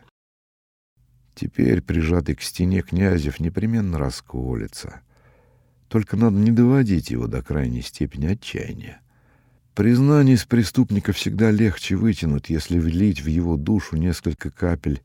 Теперь, прижатый к стене, Князев непременно расколется. Только надо не доводить его до крайней степени отчаяния. Признание из преступника всегда легче вытянуть, если влить в его душу несколько капель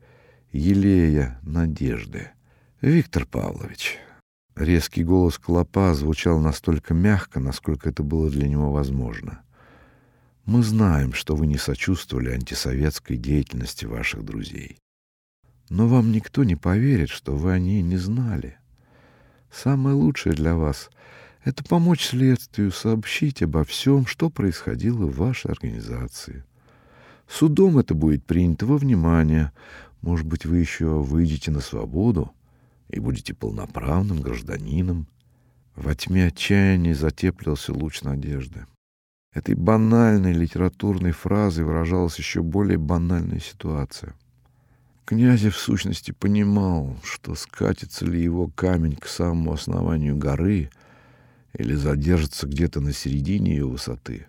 елея надежды. «Виктор Павлович», — резкий голос Клопа звучал настолько мягко, насколько это было для него возможно, — «мы знаем, что вы не сочувствовали антисоветской деятельности ваших друзей. Но вам никто не поверит, что вы о ней не знали. Самое лучшее для вас — это помочь следствию сообщить обо всем, что происходило в вашей организации. Судом это будет принято во внимание. Может быть, вы еще выйдете на свободу и будете полноправным гражданином». Во тьме отчаяния затеплился луч надежды. Этой банальной литературной фразой выражалась еще более банальная ситуация. Князев в сущности понимал, что скатится ли его камень к самому основанию горы или задержится где-то на середине ее высоты.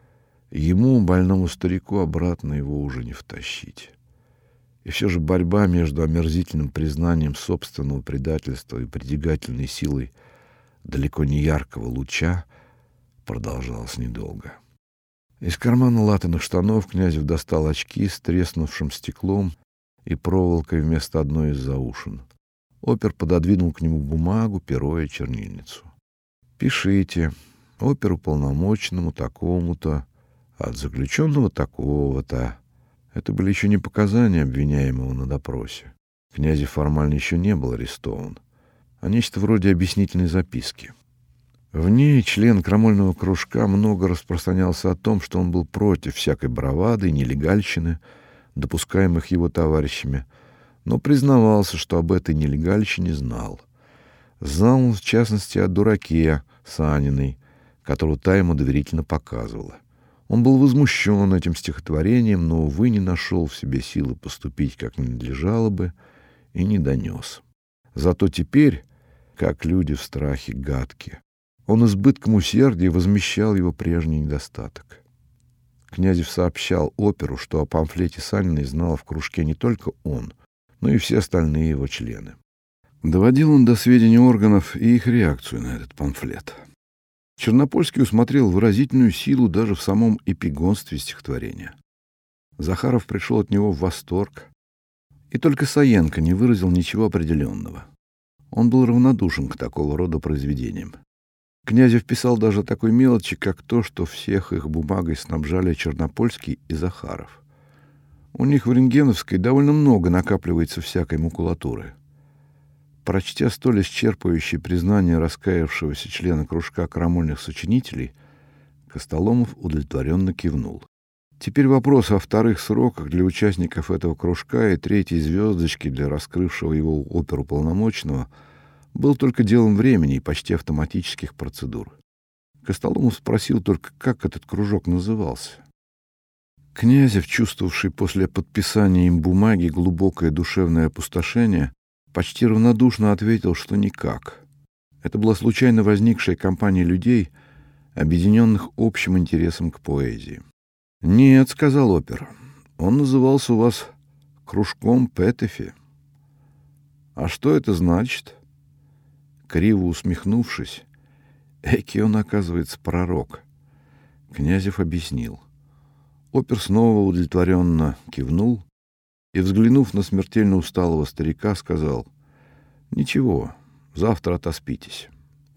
Ему, больному старику, обратно его уже не втащить. И все же борьба между омерзительным признанием собственного предательства и притягательной силой далеко не яркого луча продолжалась недолго. Из кармана латаных штанов Князев достал очки с треснувшим стеклом и проволокой вместо одной из заушин. Опер пододвинул к нему бумагу, перо и чернильницу. «Пишите. Оперуполномоченному такому-то, от заключенного такого-то». Это были еще не показания обвиняемого на допросе. Князев формально еще не был арестован, а нечто вроде объяснительной записки. В ней член крамольного кружка много распространялся о том, что он был против всякой бравады и нелегальщины, допускаемых его товарищами, но признавался, что об этой нелегальщине знал. Знал он, в частности, о дураке Саниной, которую та ему доверительно показывала. Он был возмущен этим стихотворением, но, увы, не нашел в себе силы поступить, как надлежало бы, и не донес. Зато теперь, как люди в страхе гадки, он избытком усердия возмещал его прежний недостаток. Князев сообщал оперу, что о памфлете Саниной знал в кружке не только он, но и все остальные его члены. Доводил он до сведения органов и их реакцию на этот памфлет. Чернопольский усмотрел выразительную силу даже в самом эпигонстве стихотворения. Захаров пришел от него в восторг, и только Саенко не выразил ничего определенного. Он был равнодушен к такого рода произведениям. Князев писал даже о такой мелочи, как то, что всех их бумагой снабжали Чернопольский и Захаров. У них в Рентгеновской довольно много накапливается всякой макулатуры. Прочтя столь исчерпывающее признание раскаявшегося члена кружка крамольных сочинителей, Костоломов удовлетворенно кивнул. Теперь вопрос о вторых сроках для участников этого кружка и третьей звездочки для раскрывшего его оперуполномоченного был только делом времени и почти автоматических процедур. Костоломов спросил только, как этот кружок назывался. Князев, чувствовавший после подписания им бумаги глубокое душевное опустошение, почти равнодушно ответил, что никак. Это была случайно возникшая компания людей, объединенных общим интересом к поэзии. «Нет», — сказал опер, — «он назывался у вас кружком Петефи». «А что это значит?» Криво усмехнувшись, эки он, оказывается, пророк, Князев объяснил. Опер снова удовлетворенно кивнул и, взглянув на смертельно усталого старика, сказал: «Ничего, завтра отоспитесь».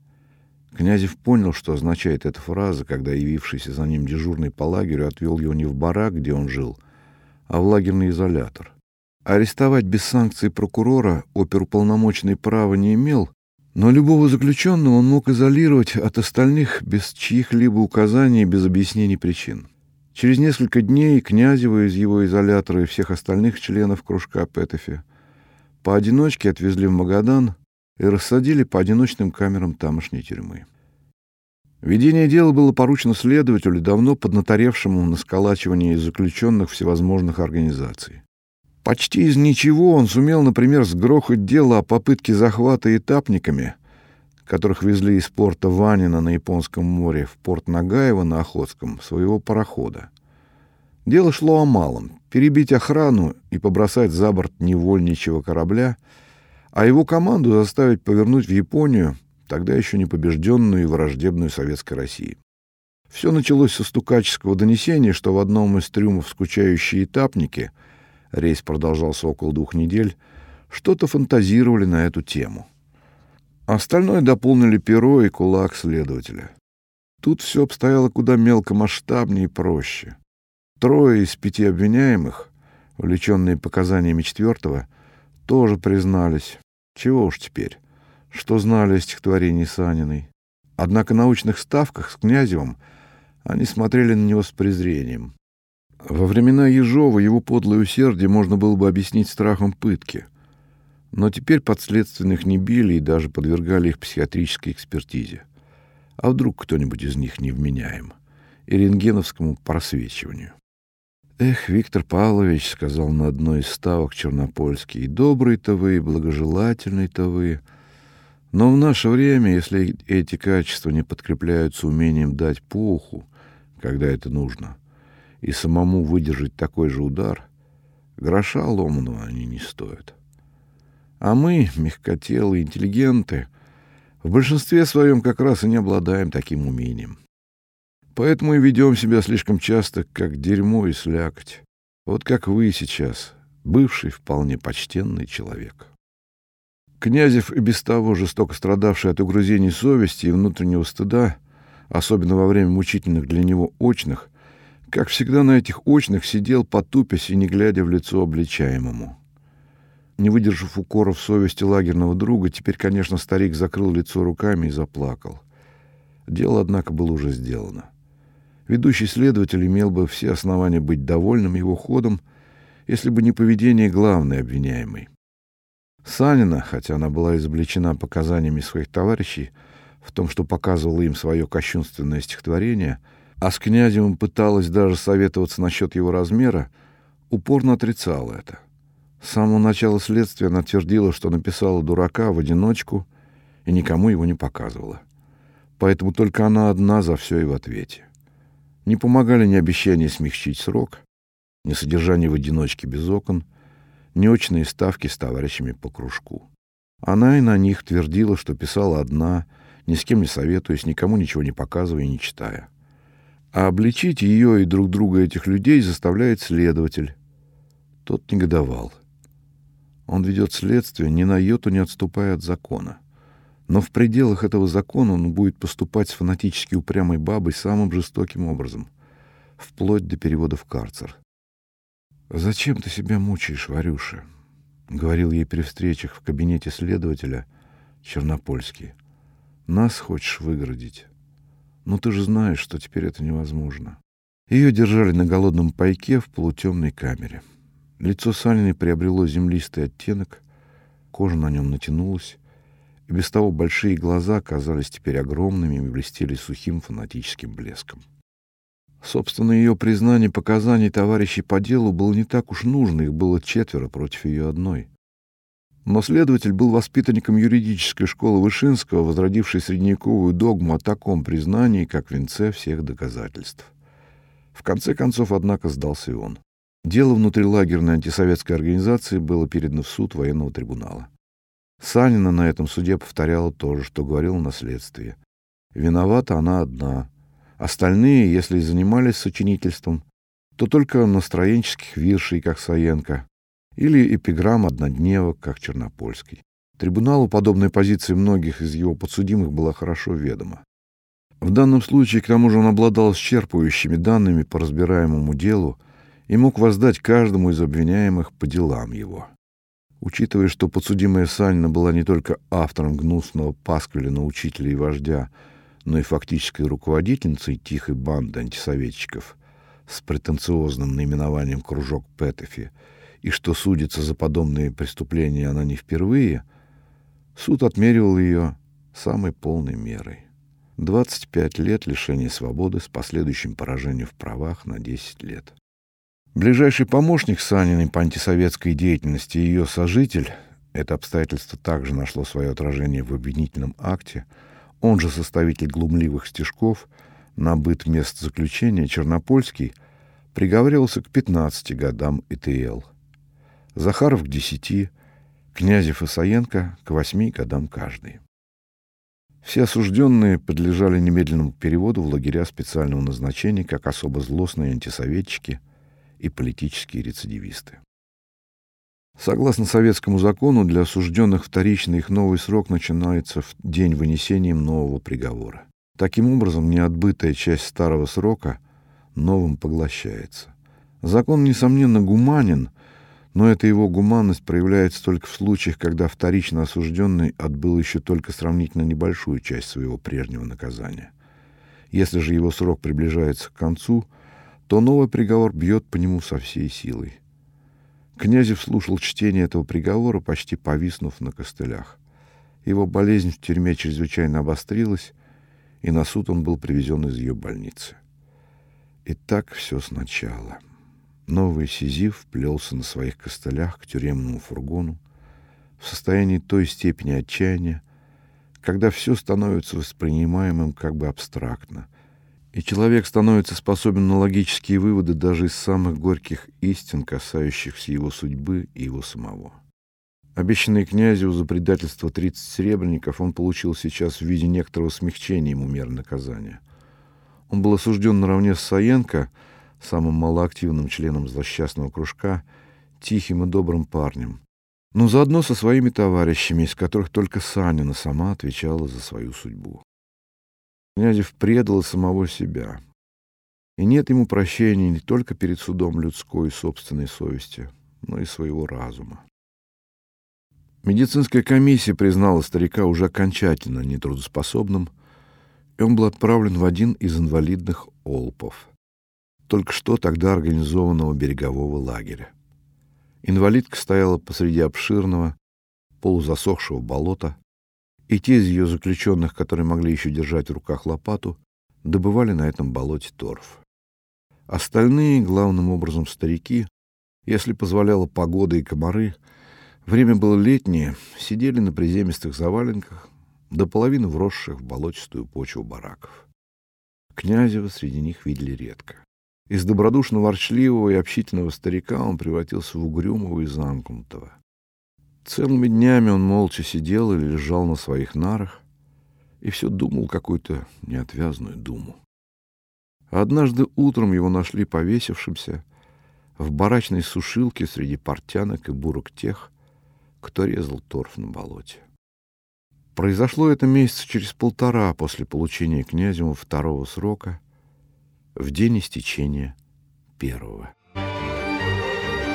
Князев понял, что означает эта фраза, когда явившийся за ним дежурный по лагерю отвел его не в барак, где он жил, а в лагерный изолятор. Арестовать без санкции прокурора оперуполномоченный права не имел, но любого заключенного он мог изолировать от остальных без чьих-либо указаний и без объяснений причин. Через несколько дней Князева из его изолятора и всех остальных членов кружка Петефи поодиночке отвезли в Магадан и рассадили по одиночным камерам тамошней тюрьмы. Ведение дела было поручено следователю, давно поднаторевшему на сколачивании заключенных всевозможных организаций. Почти из ничего он сумел, например, сгрохать дело о попытке захвата этапниками, которых везли из порта Ванина на Японском море в порт Нагаева на Охотском, своего парохода. Дело шло о малом — перебить охрану и побросать за борт невольничьего корабля, а его команду заставить повернуть в Японию, тогда еще не побежденную и враждебную Советской России. Все началось со стукаческого донесения, что в одном из трюмов скучающие этапники, рейс продолжался около 2 недель, что-то фантазировали на эту тему. Остальное дополнили перо и кулак следователя. Тут все обстояло куда мелкомасштабнее и проще. 3 из 5 обвиняемых, увлеченные показаниями 4-го, тоже признались. Чего уж теперь, что знали о стихотворении Саниной. Однако на научных ставках с Князевым они смотрели на него с презрением. Во времена Ежова его подлое усердие можно было бы объяснить страхом пытки. Но теперь подследственных не били и даже подвергали их психиатрической экспертизе. А вдруг кто-нибудь из них невменяем? И рентгеновскому просвечиванию. «Эх, Виктор Павлович, — сказал на одной из ставок Чернопольский, — добрый-то вы, благожелательный-то вы. Но в наше время, если эти качества не подкрепляются умением дать по уху, когда это нужно, и самому выдержать такой же удар, гроша ломаного они не стоят. А мы, мягкотелые интеллигенты, в большинстве своем как раз и не обладаем таким умением. Поэтому и ведем себя слишком часто, как дерьмо и слякоть. Вот как вы сейчас, бывший вполне почтенный человек». Князев, и без того жестоко страдавший от угрызений совести и внутреннего стыда, особенно во время мучительных для него очных, как всегда на этих очных сидел, потупясь и не глядя в лицо обличаемому. Не выдержав укоров совести лагерного друга, теперь, конечно, старик закрыл лицо руками и заплакал. Дело, однако, было уже сделано. Ведущий следователь имел бы все основания быть довольным его ходом, если бы не поведение главной обвиняемой. Санина, хотя она была изобличена показаниями своих товарищей в том, что показывала им свое кощунственное стихотворение, а с Князевым пыталась даже советоваться насчет его размера, упорно отрицала это. С самого начала следствия она твердила, что написала дурака в одиночку и никому его не показывала. Поэтому только она одна за все и в ответе. Не помогали ни обещания смягчить срок, ни содержание в одиночке без окон, ни очные ставки с товарищами по кружку. Она и на них твердила, что писала одна, ни с кем не советуясь, никому ничего не показывая и не читая. А обличить ее и друг друга этих людей заставляет следователь. Тот негодовал. Он ведет следствие, ни на йоту не отступая от закона. Но в пределах этого закона он будет поступать с фанатически упрямой бабой самым жестоким образом, вплоть до перевода в карцер. «Зачем ты себя мучаешь, Варюша?» — говорил ей при встречах в кабинете следователя Чернопольский. «Нас хочешь выгородить? Но ты же знаешь, что теперь это невозможно». Ее держали на голодном пайке в полутемной камере. Лицо Саниной приобрело землистый оттенок, кожа на нем натянулась, и без того большие глаза казались теперь огромными и блестели сухим фанатическим блеском. Собственно, ее признание показаний товарищей по делу было не так уж нужно, их было 4 против ее одной. Но следователь был воспитанником юридической школы Вышинского, возродившей средневековую догму о таком признании, как венце всех доказательств. В конце концов, однако, сдался и он. Дело внутрилагерной антисоветской организации было передано в суд военного трибунала. Санина на этом суде повторяла то же, что говорила на следствии. Виновата она одна. Остальные, если и занимались сочинительством, то только настроенческих виршей, как Саенко, или эпиграмм однодневок, как Чернопольский. Трибуналу подобная позиция многих из его подсудимых была хорошо ведома. В данном случае, к тому же, он обладал исчерпывающими данными по разбираемому делу и мог воздать каждому из обвиняемых по делам его. Учитывая, что подсудимая Санина была не только автором гнусного пасквиля на учителя и вождя, но и фактической руководительницей тихой банды антисоветчиков с претенциозным наименованием «Кружок Петефи», и что судится за подобные преступления она не впервые, суд отмеривал ее самой полной мерой. 25 лет лишения свободы с последующим поражением в правах на 10 лет. Ближайший помощник Саниной по антисоветской деятельности и ее сожитель, это обстоятельство также нашло свое отражение в обвинительном акте, он же составитель глумливых стишков на быт мест заключения, Чернопольский, приговаривался к 15 годам ИТЛ, Захаров к 10, Князев и Саенко к 8 годам каждый. Все осужденные подлежали немедленному переводу в лагеря специального назначения как особо злостные антисоветчики и политические рецидивисты. Согласно советскому закону, для осужденных вторично их новый срок начинается в день вынесения им нового приговора. Таким образом, неотбытая часть старого срока новым поглощается. Закон, несомненно, гуманен, но эта его гуманность проявляется только в случаях, когда вторично осужденный отбыл еще только сравнительно небольшую часть своего прежнего наказания. Если же его срок приближается к концу, то новый приговор бьет по нему со всей силой. Князев слушал чтение этого приговора, почти повиснув на костылях. Его болезнь в тюрьме чрезвычайно обострилась, и на суд он был привезен из ее больницы. И так все сначала. Новый Сизиф плелся на своих костылях к тюремному фургону в состоянии той степени отчаяния, когда все становится воспринимаемым как бы абстрактно, и человек становится способен на логические выводы даже из самых горьких истин, касающихся его судьбы и его самого. Обещанный князю за предательство 30 серебряников он получил сейчас в виде некоторого смягчения ему меры наказания. Он был осужден наравне с Саенко, самым малоактивным членом злосчастного кружка, тихим и добрым парнем, но заодно со своими товарищами, из которых только Санина сама отвечала за свою судьбу. Князев предал самого себя, и нет ему прощения не только перед судом людской и собственной совести, но и своего разума. Медицинская комиссия признала старика уже окончательно нетрудоспособным, и он был отправлен в один из инвалидных олпов, только что тогда организованного берегового лагеря. Инвалидка стояла посреди обширного, полузасохшего болота, и те из ее заключенных, которые могли еще держать в руках лопату, добывали на этом болоте торф. Остальные, главным образом старики, если позволяла погода и комары, время было летнее, сидели на приземистых заваленках, до половины вросших в болотистую почву бараков. Князева среди них видели редко. Из добродушно-ворчливого и общительного старика он превратился в угрюмого и замкнутого. Целыми днями он молча сидел или лежал на своих нарах и все думал какую-то неотвязную думу. Однажды утром его нашли повесившимся в барачной сушилке среди портянок и бурок тех, кто резал торф на болоте. Произошло это месяца через 1,5 после получения князем второго срока, в день истечения первого.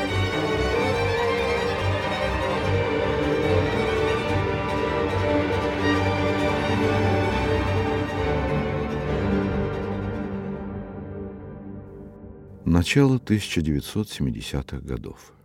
Начало 1970-х годов.